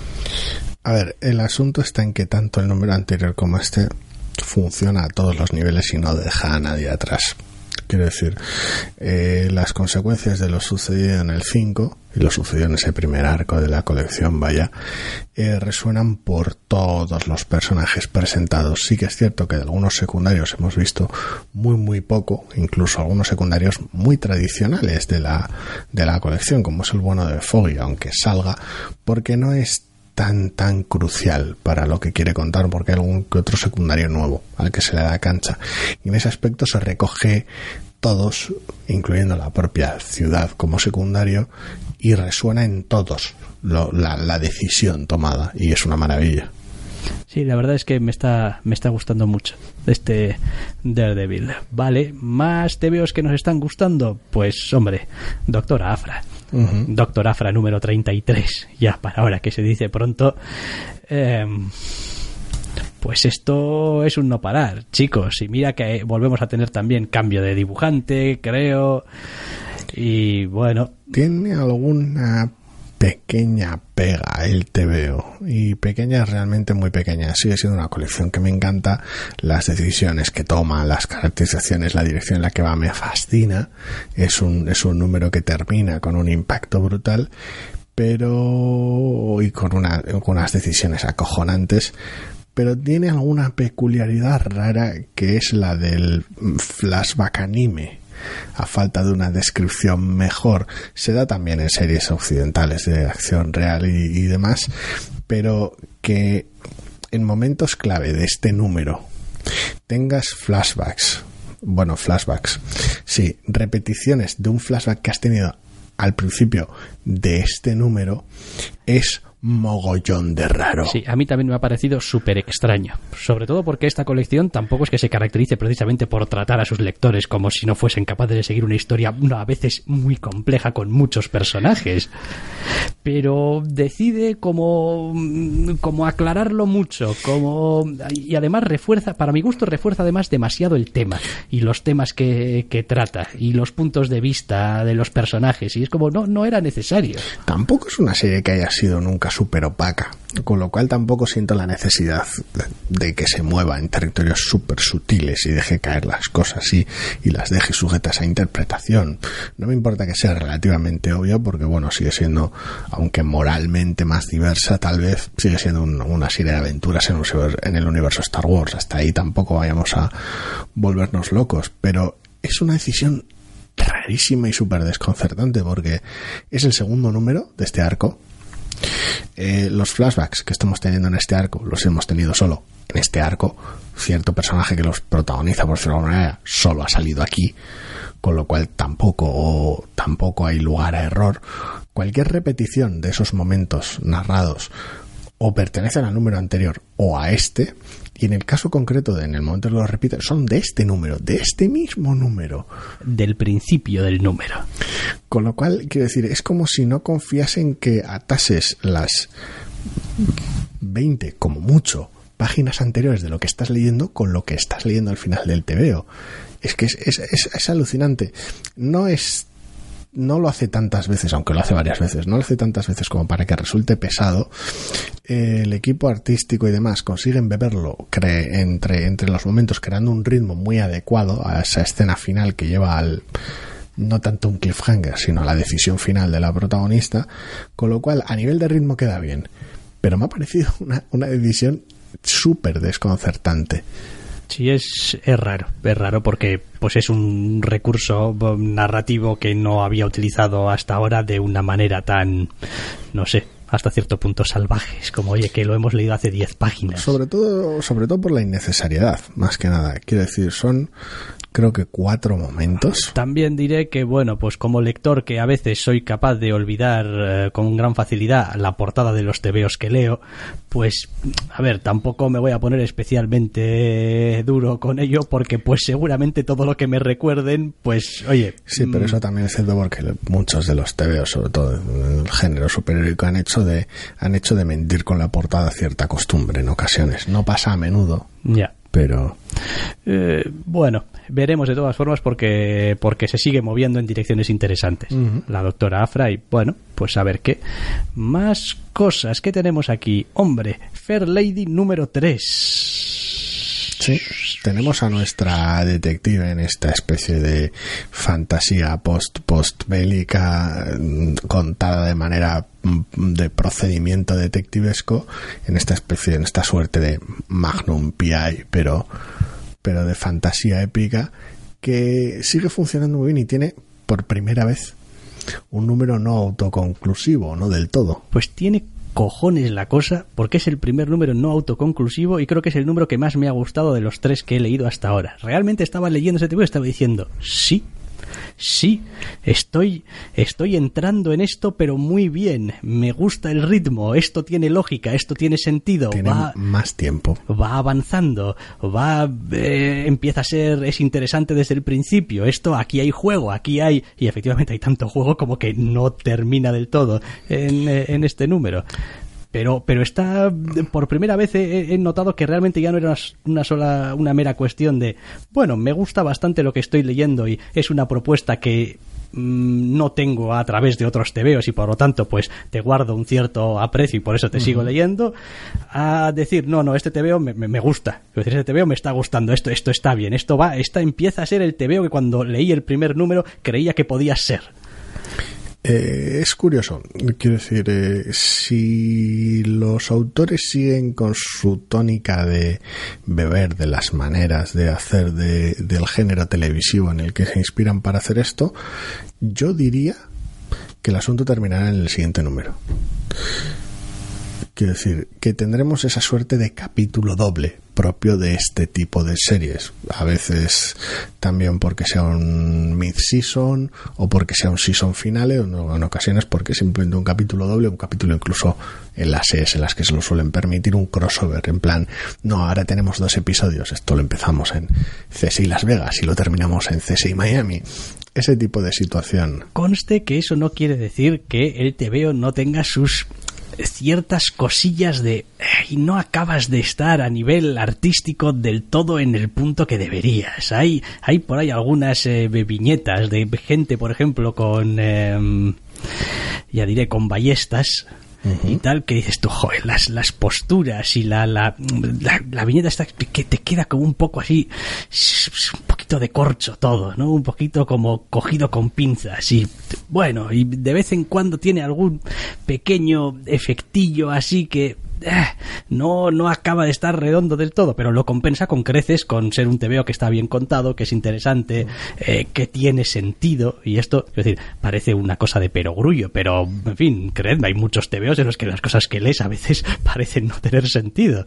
A ver, el asunto está en que tanto el número anterior como este funciona a todos los niveles y no deja a nadie atrás. Quiero decir, eh, las consecuencias de lo sucedido en el cinco y lo sucedido en ese primer arco de la colección, vaya, eh, resuenan por todos los personajes presentados. Sí que es cierto que de algunos secundarios hemos visto muy muy poco, incluso algunos secundarios muy tradicionales de la, de la colección, como es el bueno de Foggy, aunque salga, porque no es tan tan crucial para lo que quiere contar, porque hay algún que otro secundario nuevo al que se le da cancha y en ese aspecto se recoge todos, incluyendo la propia ciudad como secundario, y resuena en todos lo, la, la decisión tomada y es una maravilla. Sí, la verdad es que me está me está gustando mucho este Daredevil. Vale, más tebeos que nos están gustando, pues hombre, Doctor Aphra. Uh-huh. Doctor Aphra número treinta y tres, ya para ahora que se dice pronto. Eh, pues esto es un no parar, chicos, y mira que volvemos a tener también cambio de dibujante, creo, y bueno, tiene alguna pequeña pega el tebeo, y pequeña, realmente muy pequeña. Sigue siendo una colección que me encanta, las decisiones que toma, las caracterizaciones, la dirección en la que va me fascina. Es un, es un número que termina con un impacto brutal, pero y con, una, con unas decisiones acojonantes, pero tiene alguna peculiaridad rara que es la del flashback anime. A falta de una descripción mejor, se da también en series occidentales de acción real y, y demás, pero que en momentos clave de este número tengas flashbacks, bueno, flashbacks, sí, repeticiones de un flashback que has tenido al principio de este número, es mogollón de raro. Sí, a mí también me ha parecido súper extraño, sobre todo porque esta colección tampoco es que se caracterice precisamente por tratar a sus lectores como si no fuesen capaces de seguir una historia, no, a veces muy compleja con muchos personajes, pero decide como, como aclararlo mucho, como y además refuerza, para mi gusto refuerza además demasiado el tema y los temas que, que trata y los puntos de vista de los personajes, y es como no, no era necesario. Tampoco es una serie que haya sido nunca súper opaca, con lo cual tampoco siento la necesidad de, de que se mueva en territorios súper sutiles y deje caer las cosas y, y las deje sujetas a interpretación. No me importa que sea relativamente obvio, porque bueno, sigue siendo, aunque moralmente más diversa, tal vez sigue siendo un, una serie de aventuras en, un, en el universo Star Wars. Hasta ahí tampoco vayamos a volvernos locos, pero es una decisión rarísima y súper desconcertante, porque es el segundo número de este arco. Eh, los flashbacks que estamos teniendo en este arco los hemos tenido solo en este arco. Cierto personaje que los protagoniza, por decirlo de alguna manera, solo ha salido aquí, con lo cual tampoco, tampoco hay lugar a error. Cualquier repetición de esos momentos narrados o pertenecen al número anterior o a este, y en el caso concreto de en el momento que lo repiten, son de este número, de este mismo número, del principio del número. Con lo cual, quiero decir, es como si no confiasen que atases las veinte, como mucho, páginas anteriores de lo que estás leyendo con lo que estás leyendo al final del tebeo. Es que es, es, es, es alucinante. No es no lo hace tantas veces, aunque lo hace varias veces, no lo hace tantas veces como para que resulte pesado. Eh, el equipo artístico y demás consiguen beberlo cre- entre, entre los momentos, creando un ritmo muy adecuado a esa escena final que lleva al, no tanto un cliffhanger, sino a la decisión final de la protagonista, con lo cual a nivel de ritmo queda bien, pero me ha parecido una, una decisión súper desconcertante. Sí, es, es raro, es raro porque pues es un recurso narrativo que no había utilizado hasta ahora de una manera tan, no sé, hasta cierto punto salvaje. Es como, oye, que lo hemos leído hace diez páginas. Sobre todo, sobre todo por la innecesariedad, más que nada. Quiero decir, son creo que cuatro momentos. También diré que, bueno, pues como lector que a veces soy capaz de olvidar eh, con gran facilidad la portada de los tebeos que leo, pues, a ver, tampoco me voy a poner especialmente duro con ello, porque pues seguramente todo lo que me recuerden, pues, oye... Sí, pero mmm... eso también es cierto porque muchos de los tebeos, sobre todo en el género superheroico, han hecho de, han hecho de mentir con la portada cierta costumbre en ocasiones. No pasa a menudo. Ya. Pero eh, bueno, veremos de todas formas porque porque se sigue moviendo en direcciones interesantes. Uh-huh. La doctora Aphra, y bueno, pues a ver qué más cosas que tenemos aquí. Hombre, Fair Lady número tres. Sí, tenemos a nuestra detective en esta especie de fantasía post post bélica contada de manera de procedimiento detectivesco, en esta especie, en esta suerte de Magnum P I, pero pero de fantasía épica, que sigue funcionando muy bien y tiene por primera vez un número no autoconclusivo, no del todo. Pues tiene cojones la cosa, porque es el primer número no autoconclusivo y creo que es el número que más me ha gustado de los tres que he leído hasta ahora. Realmente estaba leyendo ese tema y estaba diciendo, sí, sí, estoy, estoy entrando en esto, pero muy bien, me gusta el ritmo, esto tiene lógica, esto tiene sentido, tiene va más tiempo, va avanzando, va, eh, empieza a ser, es interesante desde el principio, esto, aquí hay juego, aquí hay, y efectivamente hay tanto juego como que no termina del todo en, en este número. Pero, pero está, por primera vez he, he notado que realmente ya no era una sola, una mera cuestión de, bueno, me gusta bastante lo que estoy leyendo y es una propuesta que mmm, no tengo a través de otros tebeos y por lo tanto pues te guardo un cierto aprecio y por eso te uh-huh. sigo leyendo, a decir, no, no, este tebeo me, me, me gusta, es decir, este tebeo me está gustando, esto, esto está bien, esto va, esta empieza a ser el tebeo que cuando leí el primer número creía que podía ser. Eh, es curioso, quiero decir, eh, si los autores siguen con su tónica de beber de las maneras de hacer de, del género televisivo en el que se inspiran para hacer esto, yo diría que el asunto terminará en el siguiente número. Quiero decir, que tendremos esa suerte de capítulo doble propio de este tipo de series. A veces también porque sea un mid-season o porque sea un season finale, o no, en ocasiones porque simplemente un capítulo doble, un capítulo incluso en las series en las que se lo suelen permitir un crossover, en plan, no, ahora tenemos dos episodios, esto lo empezamos en C S I Las Vegas y lo terminamos en C S I Miami. Ese tipo de situación. Conste que eso no quiere decir que el T V O no tenga sus ciertas cosillas de y no acabas de estar a nivel artístico del todo en el punto que deberías. Hay, hay por ahí algunas eh, viñetas de gente, por ejemplo, con eh, ya diré, con ballestas. Uh-huh. Y tal, que dices tú, joder, las, las posturas y la, la, la, la viñeta está que te queda como un poco así, un poquito de corcho todo, ¿no? Un poquito como cogido con pinzas y bueno, y de vez en cuando tiene algún pequeño efectillo así que eh, no, no acaba de estar redondo del todo, pero lo compensa con creces con ser un T V O que está bien contado, que es interesante, eh, que tiene sentido, y esto, es decir, parece una cosa de perogrullo, pero en fin, creedme, hay muchos T V Os en los que las cosas que lees a veces parecen no tener sentido.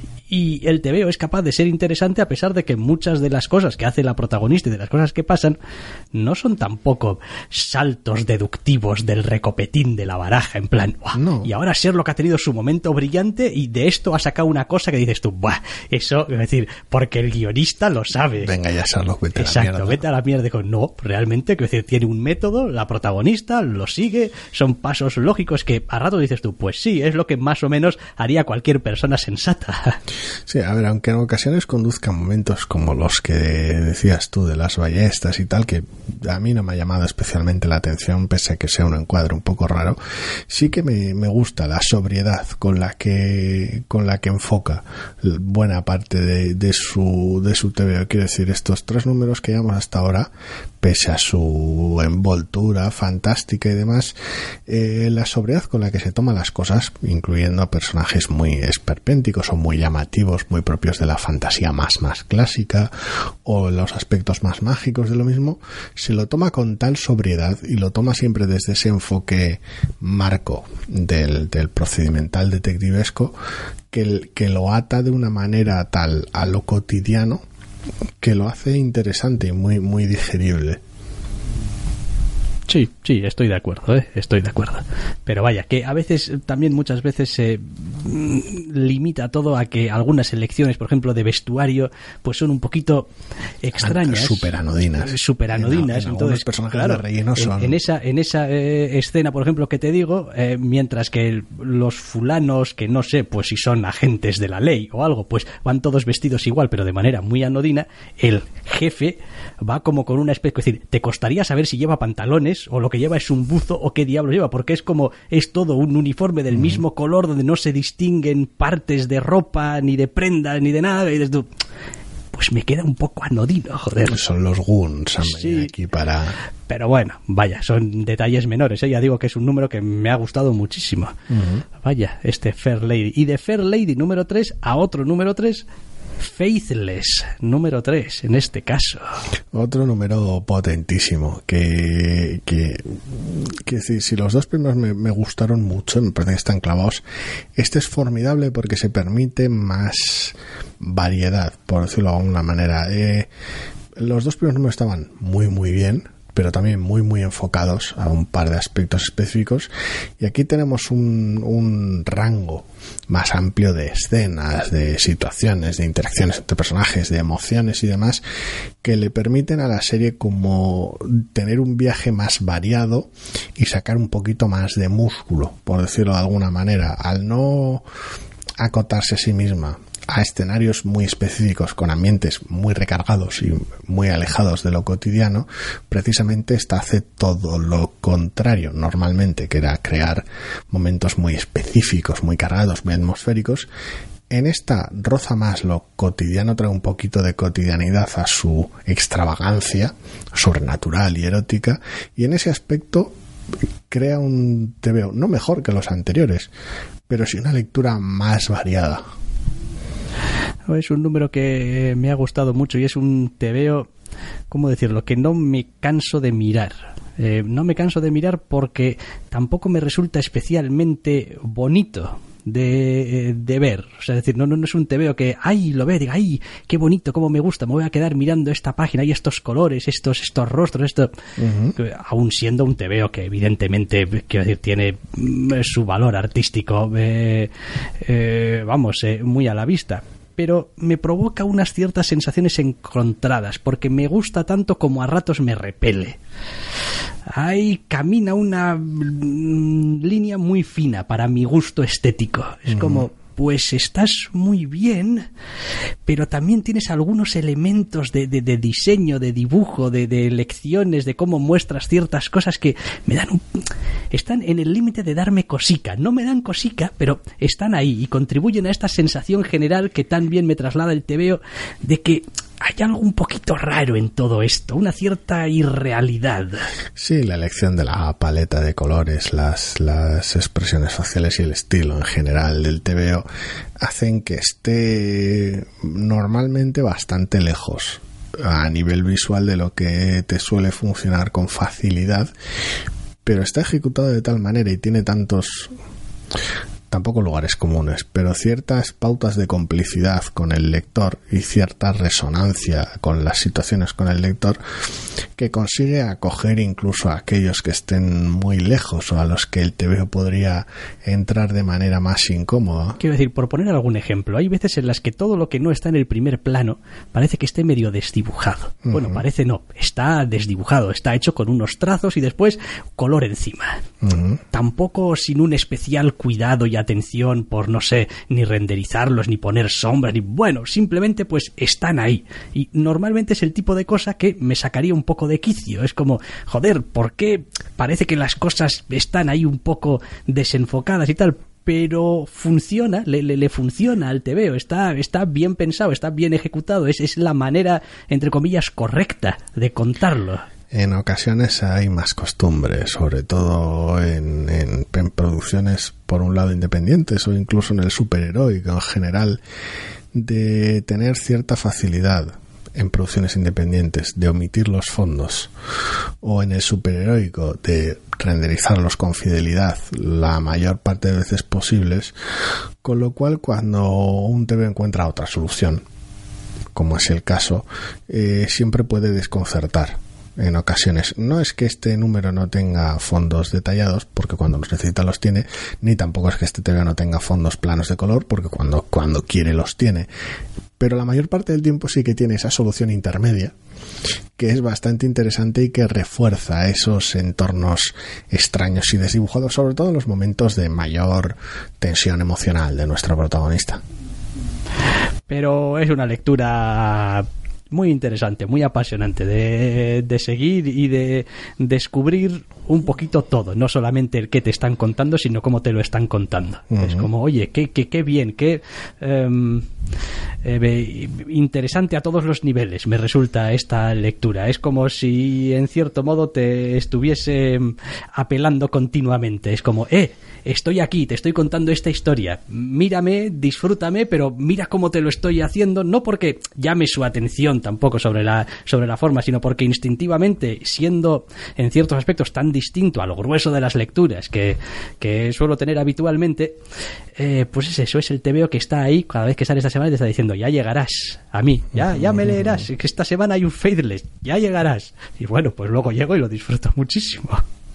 Y el T V O es capaz de ser interesante a pesar de que muchas de las cosas que hace la protagonista y de las cosas que pasan no son tampoco saltos deductivos del recopetín de la baraja, en plan, no. Y ahora Sherlock ha tenido su momento brillante y de esto ha sacado una cosa que dices tú, buah, eso, es decir, porque el guionista lo sabe. Venga ya, Sherlock, vete Exacto, a la mierda. vete a la mierda. Con, no, realmente, que decir, tiene un método, la protagonista lo sigue, son pasos lógicos que a rato dices tú, pues sí, es lo que más o menos haría cualquier persona sensata. Sí, a ver, aunque en ocasiones conduzca momentos como los que decías tú de las ballestas y tal, que a mí no me ha llamado especialmente la atención, pese a que sea un encuadre un poco raro, sí que me, me gusta la sobriedad con la que con la que enfoca buena parte de, de su de su T V O. Quiero decir, estos tres números que llevamos hasta ahora, pese a su envoltura fantástica y demás, eh, la sobriedad con la que se toman las cosas, incluyendo a personajes muy esperpénticos o muy llamativos, muy propios de la fantasía más más clásica o los aspectos más mágicos de lo mismo, se lo toma con tal sobriedad y lo toma siempre desde ese enfoque marco del, del procedimental detectivesco que, que lo ata de una manera tal a lo cotidiano que lo hace interesante y muy, muy digerible. Sí, sí, estoy de acuerdo, ¿eh? estoy de acuerdo. Pero vaya, que a veces, también muchas veces se mm, limita todo a que algunas elecciones, por ejemplo, de vestuario, pues son un poquito extrañas. Superanodinas. Superanodinas. En, en entonces, personajes claro, de relleno son... en, en esa, en esa eh, escena, por ejemplo, que te digo, eh, mientras que los fulanos, que no sé, pues si son agentes de la ley o algo, pues van todos vestidos igual, pero de manera muy anodina, el jefe va como con una especie, es decir, te costaría saber si lleva pantalones o lo que lleva es un buzo o qué diablos lleva, porque es como, es todo un uniforme del mm. mismo color donde no se distinguen partes de ropa, ni de prendas, ni de nada, y dices tú, pues me queda un poco anodino, joder. Son los goons, han venido sí. aquí para... Pero bueno, vaya, son detalles menores, ¿eh? Ya digo que es un número que me ha gustado muchísimo. Uh-huh. Vaya, este Fair Lady. Y de Fair Lady número tres a otro número tres, Faithless, número tres, en este caso. Otro número potentísimo, que, que, que si, si los dos primeros me, me gustaron mucho, me parece que están clavados, este es formidable porque se permite más variedad, por decirlo de alguna manera. Eh, los dos primeros números estaban muy, muy bien, pero también muy muy enfocados a un par de aspectos específicos, y aquí tenemos un, un rango más amplio de escenas, de situaciones, de interacciones entre personajes, de emociones y demás, que le permiten a la serie como tener un viaje más variado y sacar un poquito más de músculo, por decirlo de alguna manera, al no acotarse a sí misma a escenarios muy específicos con ambientes muy recargados y muy alejados de lo cotidiano. Precisamente esta hace todo lo contrario normalmente, que era crear momentos muy específicos, muy cargados, muy atmosféricos. En esta roza más lo cotidiano, trae un poquito de cotidianidad a su extravagancia sobrenatural y erótica, y en ese aspecto crea un T V O no mejor que los anteriores, pero sí una lectura más variada. Es un número que me ha gustado mucho y es un T V O, ¿cómo decirlo?, que no me canso de mirar. Eh, no me canso de mirar porque tampoco me resulta especialmente bonito de, de ver. O sea, es decir, no, no, no es un T V O que, ay, lo ve, diga, ay, qué bonito, cómo me gusta, me voy a quedar mirando esta página y estos colores, estos, estos rostros, esto. Uh-huh. Aún siendo un T V O que evidentemente, quiero decir, tiene su valor artístico, eh, eh, vamos, eh, muy a la vista. Pero me provoca unas ciertas sensaciones encontradas, porque me gusta tanto como a ratos me repele. Ahí camina una mm, línea muy fina para mi gusto estético. Es mm. como, pues estás muy bien, pero también tienes algunos elementos de, de, de diseño, de dibujo, de, de lecciones, de cómo muestras ciertas cosas que me dan un... están en el límite de darme cosica. No me dan cosica, pero están ahí y contribuyen a esta sensación general que tan bien me traslada el T V O de que hay algo un poquito raro en todo esto, una cierta irrealidad. Sí, la elección de la paleta de colores, las, las expresiones faciales y el estilo en general del T V O hacen que esté normalmente bastante lejos a nivel visual de lo que te suele funcionar con facilidad, pero está ejecutado de tal manera y tiene tantos... tampoco lugares comunes, pero ciertas pautas de complicidad con el lector y cierta resonancia con las situaciones con el lector que consigue acoger incluso a aquellos que estén muy lejos o a los que el T V O podría entrar de manera más incómoda. Quiero decir, por poner algún ejemplo, hay veces en las que todo lo que no está en el primer plano parece que esté medio desdibujado. Uh-huh. Bueno, parece no, está desdibujado, está hecho con unos trazos y después color encima. Uh-huh. Tampoco sin un especial cuidado y atención por, no sé, ni renderizarlos, ni poner sombras, ni bueno, simplemente pues están ahí. Y normalmente es el tipo de cosa que me sacaría un poco de quicio. Es como, joder, ¿por qué parece que las cosas están ahí un poco desenfocadas y tal? Pero funciona, le, le, le funciona al T V O, está, está bien pensado, está bien ejecutado, es, es la manera, entre comillas, correcta de contarlo. En ocasiones hay más costumbre, sobre todo en, en, en producciones, por un lado, independientes o incluso en el superheroico en general, de tener cierta facilidad en producciones independientes de omitir los fondos, o en el superheroico de renderizarlos con fidelidad la mayor parte de veces posibles, con lo cual cuando un T V encuentra otra solución, como es el caso, eh, siempre puede desconcertar. En ocasiones no es que este número no tenga fondos detallados, porque cuando los necesita los tiene, ni tampoco es que este T V no tenga fondos planos de color, porque cuando, cuando quiere los tiene, pero la mayor parte del tiempo sí que tiene esa solución intermedia que es bastante interesante y que refuerza esos entornos extraños y desdibujados, sobre todo en los momentos de mayor tensión emocional de nuestro protagonista. Pero es una lectura muy interesante, muy apasionante de, de seguir y de descubrir un poquito todo, no solamente el que te están contando, sino cómo te lo están contando. Uh-huh. Es como, oye, qué, qué, qué bien, qué um, eh, interesante a todos los niveles me resulta esta lectura. Es como si en cierto modo te estuviese apelando continuamente. Es como, eh, estoy aquí, te estoy contando esta historia, mírame, disfrútame, pero mira cómo te lo estoy haciendo, no porque llame su atención tampoco sobre la, sobre la forma, sino porque instintivamente, siendo en ciertos aspectos tan distinto a lo grueso de las lecturas que, que suelo tener habitualmente, eh, pues es eso, es el T V O que está ahí cada vez que sale esta semana y te está diciendo, ya llegarás a mí, ya, ya me leerás, que esta semana hay un Faithless, ya llegarás. Y bueno, pues luego llego y lo disfruto muchísimo.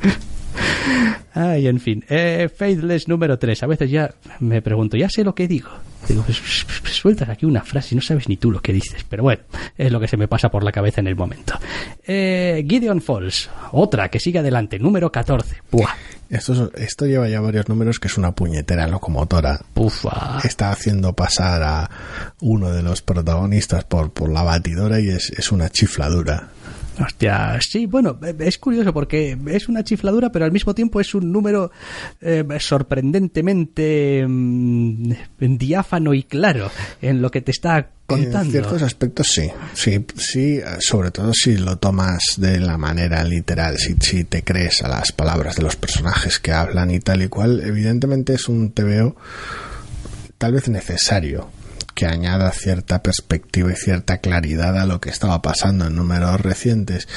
Ay, en fin, eh, Faithless número tres. A veces ya me pregunto, ya sé lo que digo. Digo, pues, pues, sueltas aquí una frase y no sabes ni tú lo que dices. Pero bueno, es lo que se me pasa por la cabeza en el momento. eh, Gideon Falls, otra que sigue adelante, número catorce. Buah. Esto, esto lleva ya varios números, que es una puñetera locomotora. Pufa. Está haciendo pasar a uno de los protagonistas por, por la batidora y es, es una chifladura. Hostia, sí, bueno, es curioso porque es una chifladura, pero al mismo tiempo es un número eh, sorprendentemente mm, diáfano y claro en lo que te está contando. En ciertos aspectos sí, sí, sí, sobre todo si lo tomas de la manera literal, si, si te crees a las palabras de los personajes que hablan y tal y cual. Evidentemente es un tebeo tal vez necesario, que añada cierta perspectiva y cierta claridad a lo que estaba pasando en números recientes.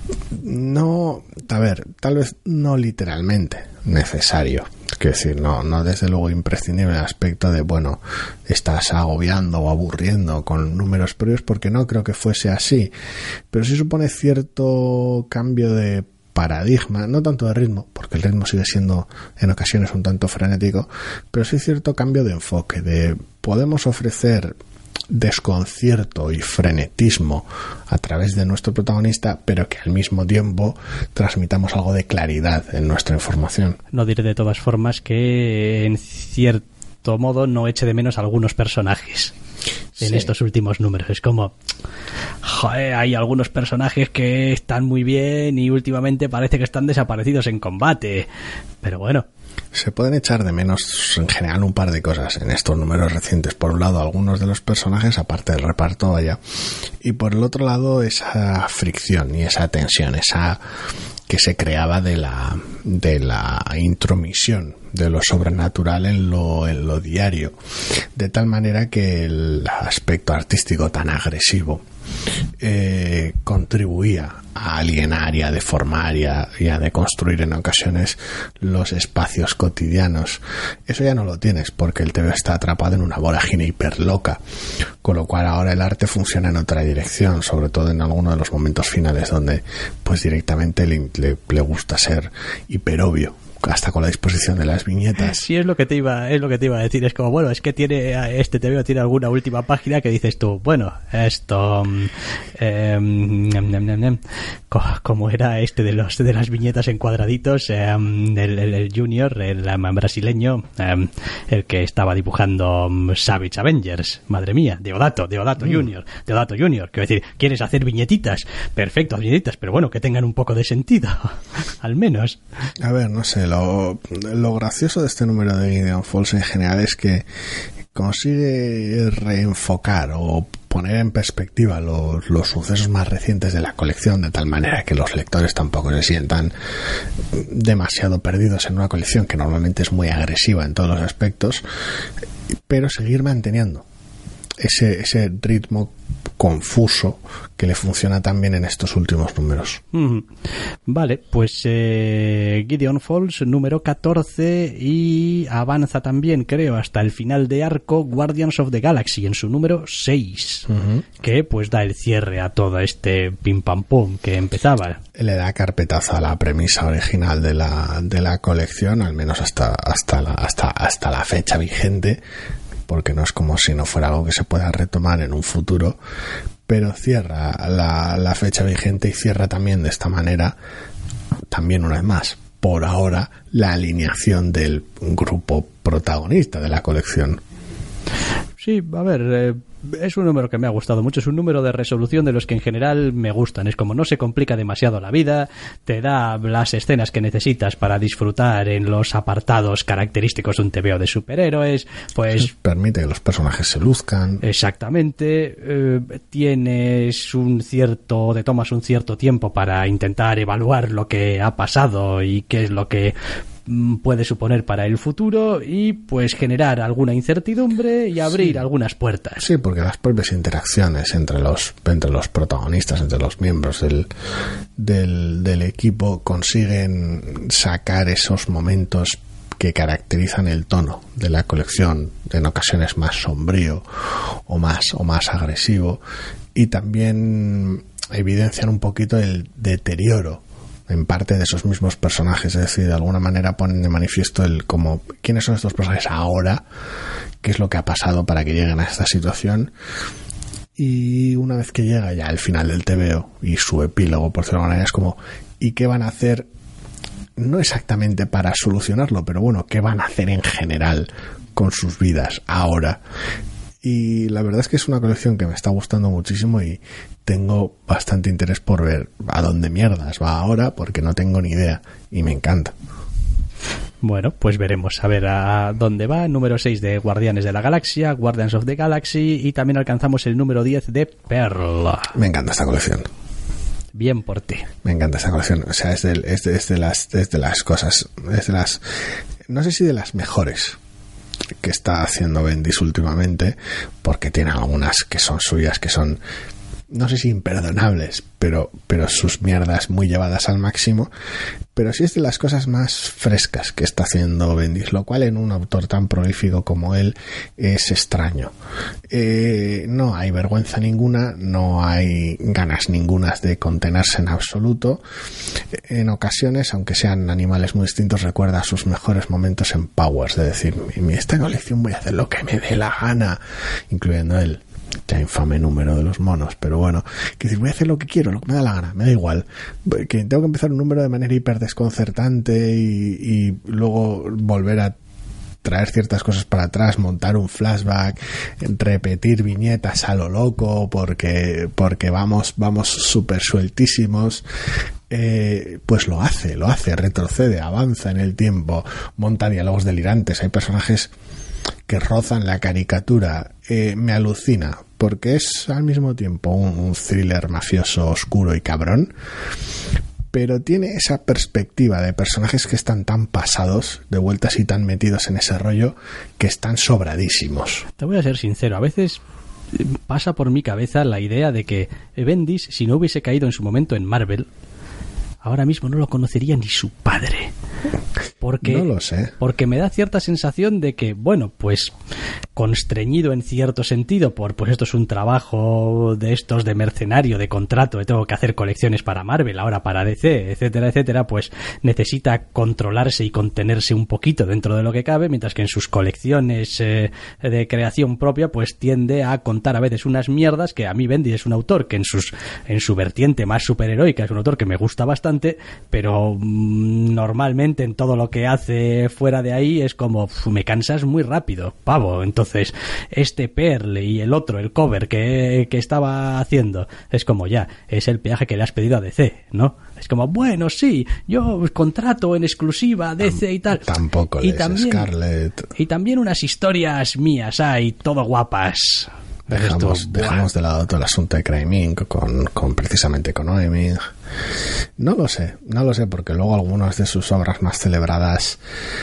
No, a ver, tal vez no literalmente necesario, es decir, no, no desde luego imprescindible el aspecto de, bueno, estás agobiando o aburriendo con números previos, porque no creo que fuese así, pero sí supone cierto cambio de paradigma, no tanto de ritmo, porque el ritmo sigue siendo en ocasiones un tanto frenético, pero sí cierto cambio de enfoque, de podemos ofrecer desconcierto y frenetismo a través de nuestro protagonista, pero que al mismo tiempo transmitamos algo de claridad en nuestra información. No diré de todas formas que en cierto modo no eche de menos a algunos personajes en sí. estos últimos números. Es como, joder, hay algunos personajes que están muy bien y últimamente parece que están desaparecidos en combate, pero bueno. Se pueden echar de menos en general un par de cosas en estos números recientes. Por un lado, algunos de los personajes, aparte del reparto, vaya, y por el otro lado, esa fricción y esa tensión, esa que se creaba de la de la intromisión de lo sobrenatural en lo en lo diario, de tal manera que el aspecto artístico tan agresivo eh, contribuía a alienar y a deformar y a, y a deconstruir en ocasiones los espacios cotidianos. Eso ya no lo tienes, porque el tebeo está atrapado en una vorágine hiperloca, con lo cual ahora el arte funciona en otra dirección, sobre todo en algunos de los momentos finales donde pues directamente le, le, le gusta ser hiperobvio, hasta con la disposición de las viñetas. Sí, es lo que te iba, es lo que te iba a decir. Es como, bueno, es que tiene este tebeo tiene alguna última página que dices tú, bueno, esto eh, como era este de los de las viñetas en cuadraditos, eh, el, el, el Junior, el um, brasileño, eh, el que estaba dibujando um, Savage Avengers, madre mía, Deodato, Deodato mm. Junior, Deodato Junior, quiero decir, ¿quieres hacer viñetitas? Perfecto, viñetitas, pero bueno, que tengan un poco de sentido, al menos. A ver, no sé, Lo, lo gracioso de este número de Gideon Falls en general es que consigue reenfocar o poner en perspectiva los, los sucesos más recientes de la colección, de tal manera que los lectores tampoco se sientan demasiado perdidos en una colección que normalmente es muy agresiva en todos los aspectos, pero seguir manteniendo ese, ese ritmo confuso que le funciona también en estos últimos números. Mm. Vale, pues eh, Gideon Falls número catorce, y avanza también, creo, hasta el final de arco Guardians of the Galaxy en su número seis, uh-huh. que pues da el cierre a todo este pim pam pum que empezaba. Le da carpetazo a la premisa original de la, de la colección, al menos hasta, hasta, la, hasta, hasta la fecha vigente, porque no es como si no fuera algo que se pueda retomar en un futuro, pero cierra la, la fecha vigente y cierra también de esta manera, también una vez más, por ahora, la alineación del grupo protagonista de la colección. Sí, a ver, eh, es un número que me ha gustado mucho, es un número de resolución de los que en general me gustan, es como no se complica demasiado la vida, te da las escenas que necesitas para disfrutar en los apartados característicos de un tebeo de superhéroes, pues permite que los personajes se luzcan. Exactamente, eh, tienes un cierto, te tomas un cierto tiempo para intentar evaluar lo que ha pasado y qué es lo que puede suponer para el futuro, y pues generar alguna incertidumbre y abrir sí. algunas puertas. Sí, porque las propias interacciones entre los entre los protagonistas, entre los miembros del, del, del equipo, consiguen sacar esos momentos que caracterizan el tono de la colección, en ocasiones más sombrío o más o más agresivo, y también evidencian un poquito el deterioro en parte de esos mismos personajes, es decir, de alguna manera ponen de manifiesto el como quiénes son estos personajes ahora, qué es lo que ha pasado para que lleguen a esta situación. Y una vez que llega ya el final del tebeo y su epílogo, por decirlo de alguna manera, es como ¿y qué van a hacer? No exactamente para solucionarlo, pero bueno, ¿qué van a hacer en general con sus vidas ahora? Y la verdad es que es una colección que me está gustando muchísimo y tengo bastante interés por ver a dónde mierdas va ahora, porque no tengo ni idea y me encanta. Bueno, pues veremos a ver a dónde va. Número seis de Guardianes de la Galaxia, Guardians of the Galaxy, y también alcanzamos el número diez de Pearl. Me encanta esta colección. Bien por ti. Me encanta esta colección. O sea, es de, es de, es de las, es de las cosas, es de las, no sé si de las mejores que está haciendo Bendis últimamente, porque tiene algunas que son suyas, que son, no sé si imperdonables, pero, pero sus mierdas muy llevadas al máximo. Pero sí es de las cosas más frescas que está haciendo Bendis, lo cual en un autor tan prolífico como él es extraño. Eh, no hay vergüenza ninguna, no hay ganas ningunas de contenerse en absoluto. En ocasiones, aunque sean animales muy distintos, recuerda sus mejores momentos en Powers, de decir, en esta colección voy a hacer lo que me dé la gana, incluyendo él. Ya infame número de los monos, pero bueno, que decir, voy a hacer lo que quiero, lo que me da la gana, me da igual, que tengo que empezar un número de manera hiper desconcertante y, y luego volver a traer ciertas cosas para atrás, montar un flashback, repetir viñetas a lo loco porque, porque vamos, vamos súper sueltísimos. Eh, pues lo hace, lo hace, retrocede, avanza en el tiempo, monta diálogos delirantes, hay personajes que rozan la caricatura. Eh, me alucina porque es al mismo tiempo un, un thriller mafioso oscuro y cabrón, pero tiene esa perspectiva de personajes que están tan pasados de vueltas y tan metidos en ese rollo que están sobradísimos. Te voy a ser sincero, a veces pasa por mi cabeza la idea de que Bendis, si no hubiese caído en su momento en Marvel, ahora mismo no lo conocería ni su padre. Porque, no lo sé. Porque me da cierta sensación de que, bueno, pues constreñido en cierto sentido por, pues esto es un trabajo de estos de mercenario, de contrato, de tengo que hacer colecciones para Marvel, ahora para D C, etcétera, etcétera, pues necesita controlarse y contenerse un poquito dentro de lo que cabe, mientras que en sus colecciones eh, de creación propia, pues tiende a contar a veces unas mierdas que a mí Bendis es un autor que en sus en su vertiente más superheroica es un autor que me gusta bastante, pero mmm, normalmente en todo lo que hace fuera de ahí es como, pf, me cansas muy rápido, pavo. Entonces este Pearl y el otro, el cover que, que estaba haciendo, es como ya, es el peaje que le has pedido a D C, ¿no? Es como, bueno, sí, yo contrato en exclusiva a D C y tal. Tampoco y les también, Scarlett. Y también unas historias mías, hay todo guapas. Dejamos, Esto, dejamos de lado todo el asunto de Crime Incorporated con, con precisamente con Oeming. No lo sé, no lo sé, porque luego algunas de sus obras más celebradas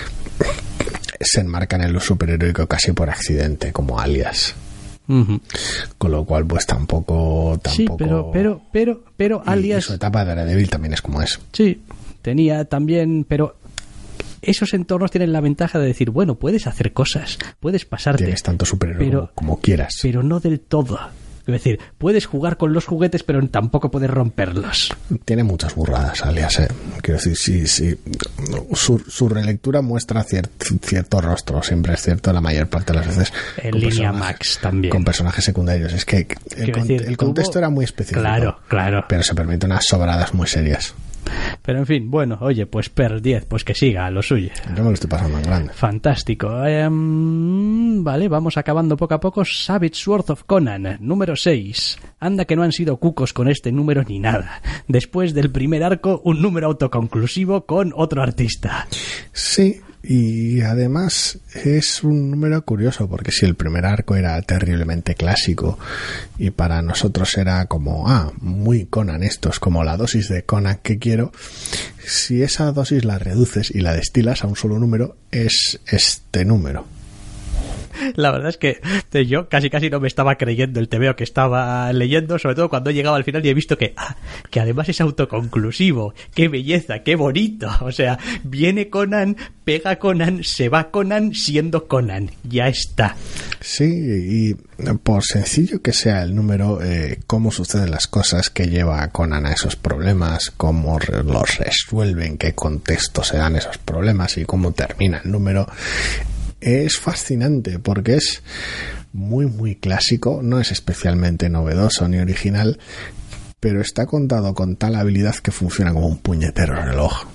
se enmarcan en lo superheroico casi por accidente, como Alias. Uh-huh. Con lo cual, pues tampoco, tampoco. Sí, pero, pero, pero, pero y, Alias. Y su etapa de Daredevil también es como es. Sí, tenía también, pero esos entornos tienen la ventaja de decir, bueno, puedes hacer cosas, puedes pasarte. Tienes tanto superhéroe pero, como, como quieras. Pero no del todo. Es decir, puedes jugar con los juguetes, pero tampoco puedes romperlos. Tiene muchas burradas, Alias, ¿eh? Quiero decir, sí, sí. Su, su relectura muestra cier, cierto rostro, siempre es cierto, la mayor parte de las veces. En línea Max también. Con personajes secundarios. Es que el, con, decir, el contexto tuvo... era muy específico. Claro, claro. Pero se permite unas sobradas muy serias. Pero en fin, bueno, oye, pues Pearl diez, pues que siga a lo suyo. Yo me lo estoy pasando en grande. Fantástico. Um, vale, vamos acabando poco a poco. Savage Sword of Conan, número seis. Anda que no han sido cucos con este número ni nada. Después del primer arco, un número autoconclusivo con otro artista. Sí. Y además es un número curioso, porque si el primer arco era terriblemente clásico y para nosotros era como, ah, muy Conan esto, es como la dosis de Conan que quiero, si esa dosis la reduces y la destilas a un solo número, es este número. La verdad es que yo casi casi no me estaba creyendo el tebeo que estaba leyendo, sobre todo cuando he llegado al final y he visto que, ah, que además es autoconclusivo. ¡Qué belleza! ¡Qué bonito! O sea, viene Conan, pega Conan, se va Conan siendo Conan. Ya está. Sí, y por sencillo que sea el número, eh, cómo suceden las cosas que lleva a Conan a esos problemas, cómo re- los resuelven, qué contexto se dan esos problemas y cómo termina el número. Es fascinante porque es muy muy clásico, no es especialmente novedoso ni original, pero está contado con tal habilidad que funciona como un puñetero reloj.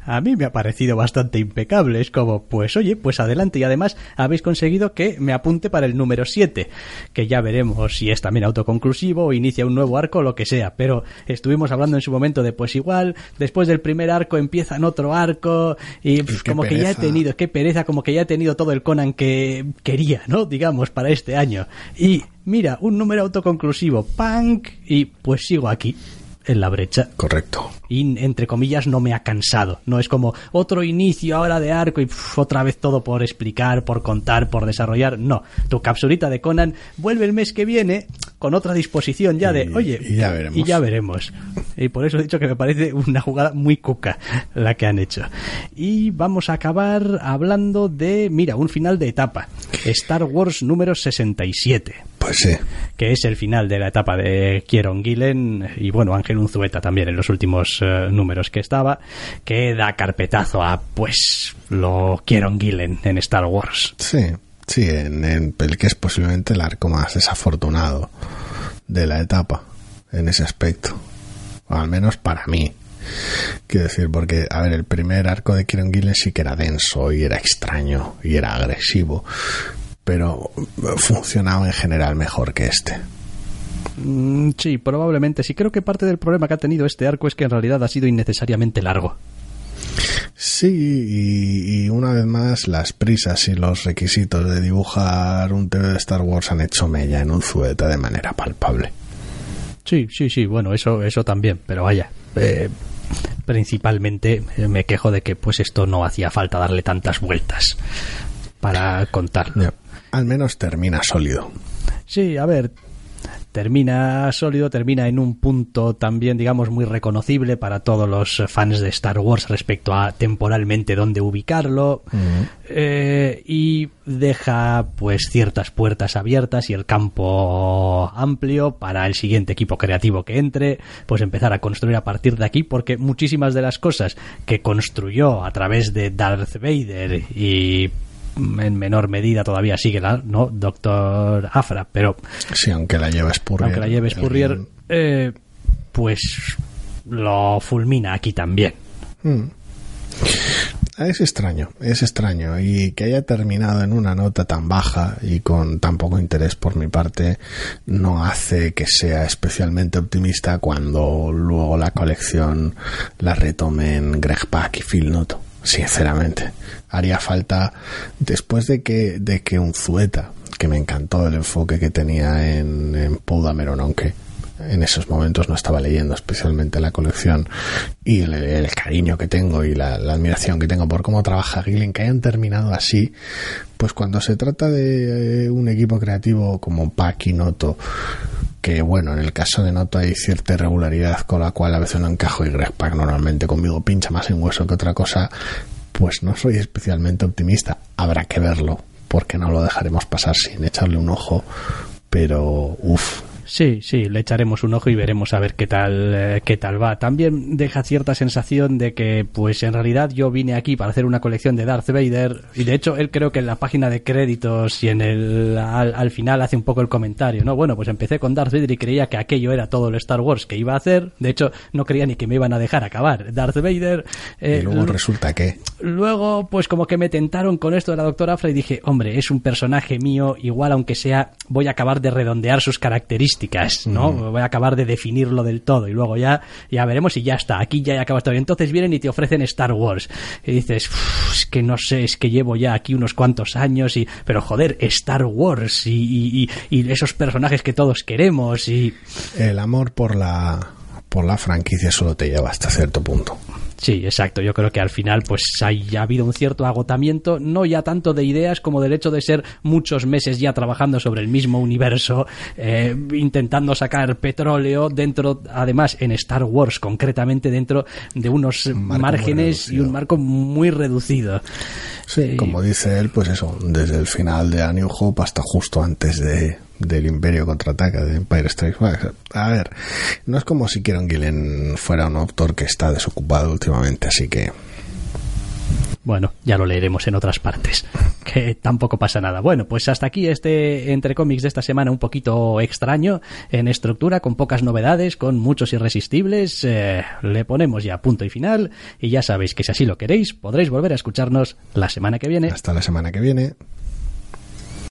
a mí me ha parecido bastante impecable. Es como, pues oye, pues adelante. Y además habéis conseguido que me apunte para el número siete, que ya veremos si es también autoconclusivo o inicia un nuevo arco o lo que sea. Pero estuvimos hablando en su momento de pues igual, después del primer arco empiezan otro arco y pues, como pereza. que ya he tenido, qué pereza, como que ya he tenido todo el Conan que quería, ¿no? Digamos, para este año. Y mira, un número autoconclusivo, punk, y pues sigo aquí, en la brecha. Correcto. Y, entre comillas, no me ha cansado. No es como otro inicio ahora de arco y pff, otra vez todo por explicar, por contar, por desarrollar. No. Tu capsulita de Conan vuelve el mes que viene con otra disposición ya de, y, oye, y ya veremos. Y ya veremos. Y por eso he dicho que me parece una jugada muy cuca la que han hecho. Y vamos a acabar hablando de, mira, un final de etapa. Star Wars número sesenta y siete. Pues sí. Que es el final de la etapa de Kieron Gillen y, bueno, Ángel Unzueta también en los últimos uh, números que estaba, que da carpetazo a, pues, lo Kieron Gillen en Star Wars. Sí, sí, en, en el que es posiblemente el arco más desafortunado de la etapa en ese aspecto. O al menos para mí. Quiero decir, porque, a ver, el primer arco de Kieron Gillen sí que era denso y era extraño y era agresivo, pero funcionaba en general mejor que este. Mm, sí, probablemente. Sí, creo que parte del problema que ha tenido este arco es que en realidad ha sido innecesariamente largo. Sí, y, y una vez más las prisas y los requisitos de dibujar un T V de Star Wars han hecho mella en Unzueta de manera palpable. Sí, sí, sí, bueno, eso, eso también, pero vaya, eh, principalmente me quejo de que pues esto no hacía falta darle tantas vueltas para contarlo. Ya, al menos termina sólido. Sí, a ver, termina sólido, termina en un punto también, digamos, muy reconocible para todos los fans de Star Wars respecto a temporalmente dónde ubicarlo, uh-huh. eh, y deja pues ciertas puertas abiertas y el campo amplio para el siguiente equipo creativo que entre, pues empezar a construir a partir de aquí, porque muchísimas de las cosas que construyó a través de Darth Vader y en menor medida todavía sigue la, ¿no? Doctor Aphra, pero sí, aunque la lleva Spurrier, aunque la lleve Spurrier, eh, pues lo fulmina aquí también. Hmm. Es extraño, es extraño, y que haya terminado en una nota tan baja y con tan poco interés por mi parte no hace que sea especialmente optimista cuando luego la colección la retomen Greg Pak y Phil Noto. Sinceramente, haría falta, después de que de que Unzueta, que me encantó el enfoque que tenía en, en Poe Dameron, aunque en esos momentos no estaba leyendo especialmente la colección, y el, el cariño que tengo y la, la admiración que tengo por cómo trabaja Gillen, que hayan terminado así, pues cuando se trata de eh, un equipo creativo como Pak y Noto, que bueno, en el caso de Noto hay cierta irregularidad con la cual a veces no encajo, y Greg Pak normalmente conmigo pincha más en hueso que otra cosa, pues no soy especialmente optimista. Habrá que verlo, porque no lo dejaremos pasar sin echarle un ojo, pero uff. Sí, sí, le echaremos un ojo y veremos a ver qué tal eh, qué tal va. También deja cierta sensación de que, pues en realidad yo vine aquí para hacer una colección de Darth Vader, y de hecho él creo que en la página de créditos y en el al, al final hace un poco el comentario, ¿no? Bueno, pues empecé con Darth Vader y creía que aquello era todo el Star Wars que iba a hacer. De hecho, no creía ni que me iban a dejar acabar Darth Vader. Eh, y luego l- resulta que... Luego, pues como que me tentaron con esto de la doctora Aphra y dije, hombre, es un personaje mío, igual aunque sea, voy a acabar de redondear sus características, ¿no? Mm. Voy a acabar de definirlo del todo y luego ya ya veremos y ya está, aquí ya acaba todo. Y entonces vienen y te ofrecen Star Wars y dices, es que no sé, es que llevo ya aquí unos cuantos años y pero joder, Star Wars y, y, y esos personajes que todos queremos y... El amor por la por la franquicia solo te lleva hasta cierto punto. Sí, exacto. Yo creo que al final pues hay, ha habido un cierto agotamiento, no ya tanto de ideas como del hecho de ser muchos meses ya trabajando sobre el mismo universo, eh, intentando sacar petróleo dentro, además en Star Wars concretamente, dentro de unos márgenes y un marco muy reducido. Sí, eh, como dice él, pues eso, desde el final de A New Hope hasta justo antes de del Imperio Contraataca, de Empire Strikes Back. A ver, no es como si Kieron Gillen fuera un autor que está desocupado últimamente, así que Bueno, ya lo leeremos en otras partes, que tampoco pasa nada. Bueno, pues hasta aquí este Entre Cómics de esta semana, un poquito extraño en estructura, con pocas novedades, con muchos irresistibles. Eh, le ponemos ya punto y final, y ya sabéis que si así lo queréis, podréis volver a escucharnos la semana que viene. Hasta la semana que viene.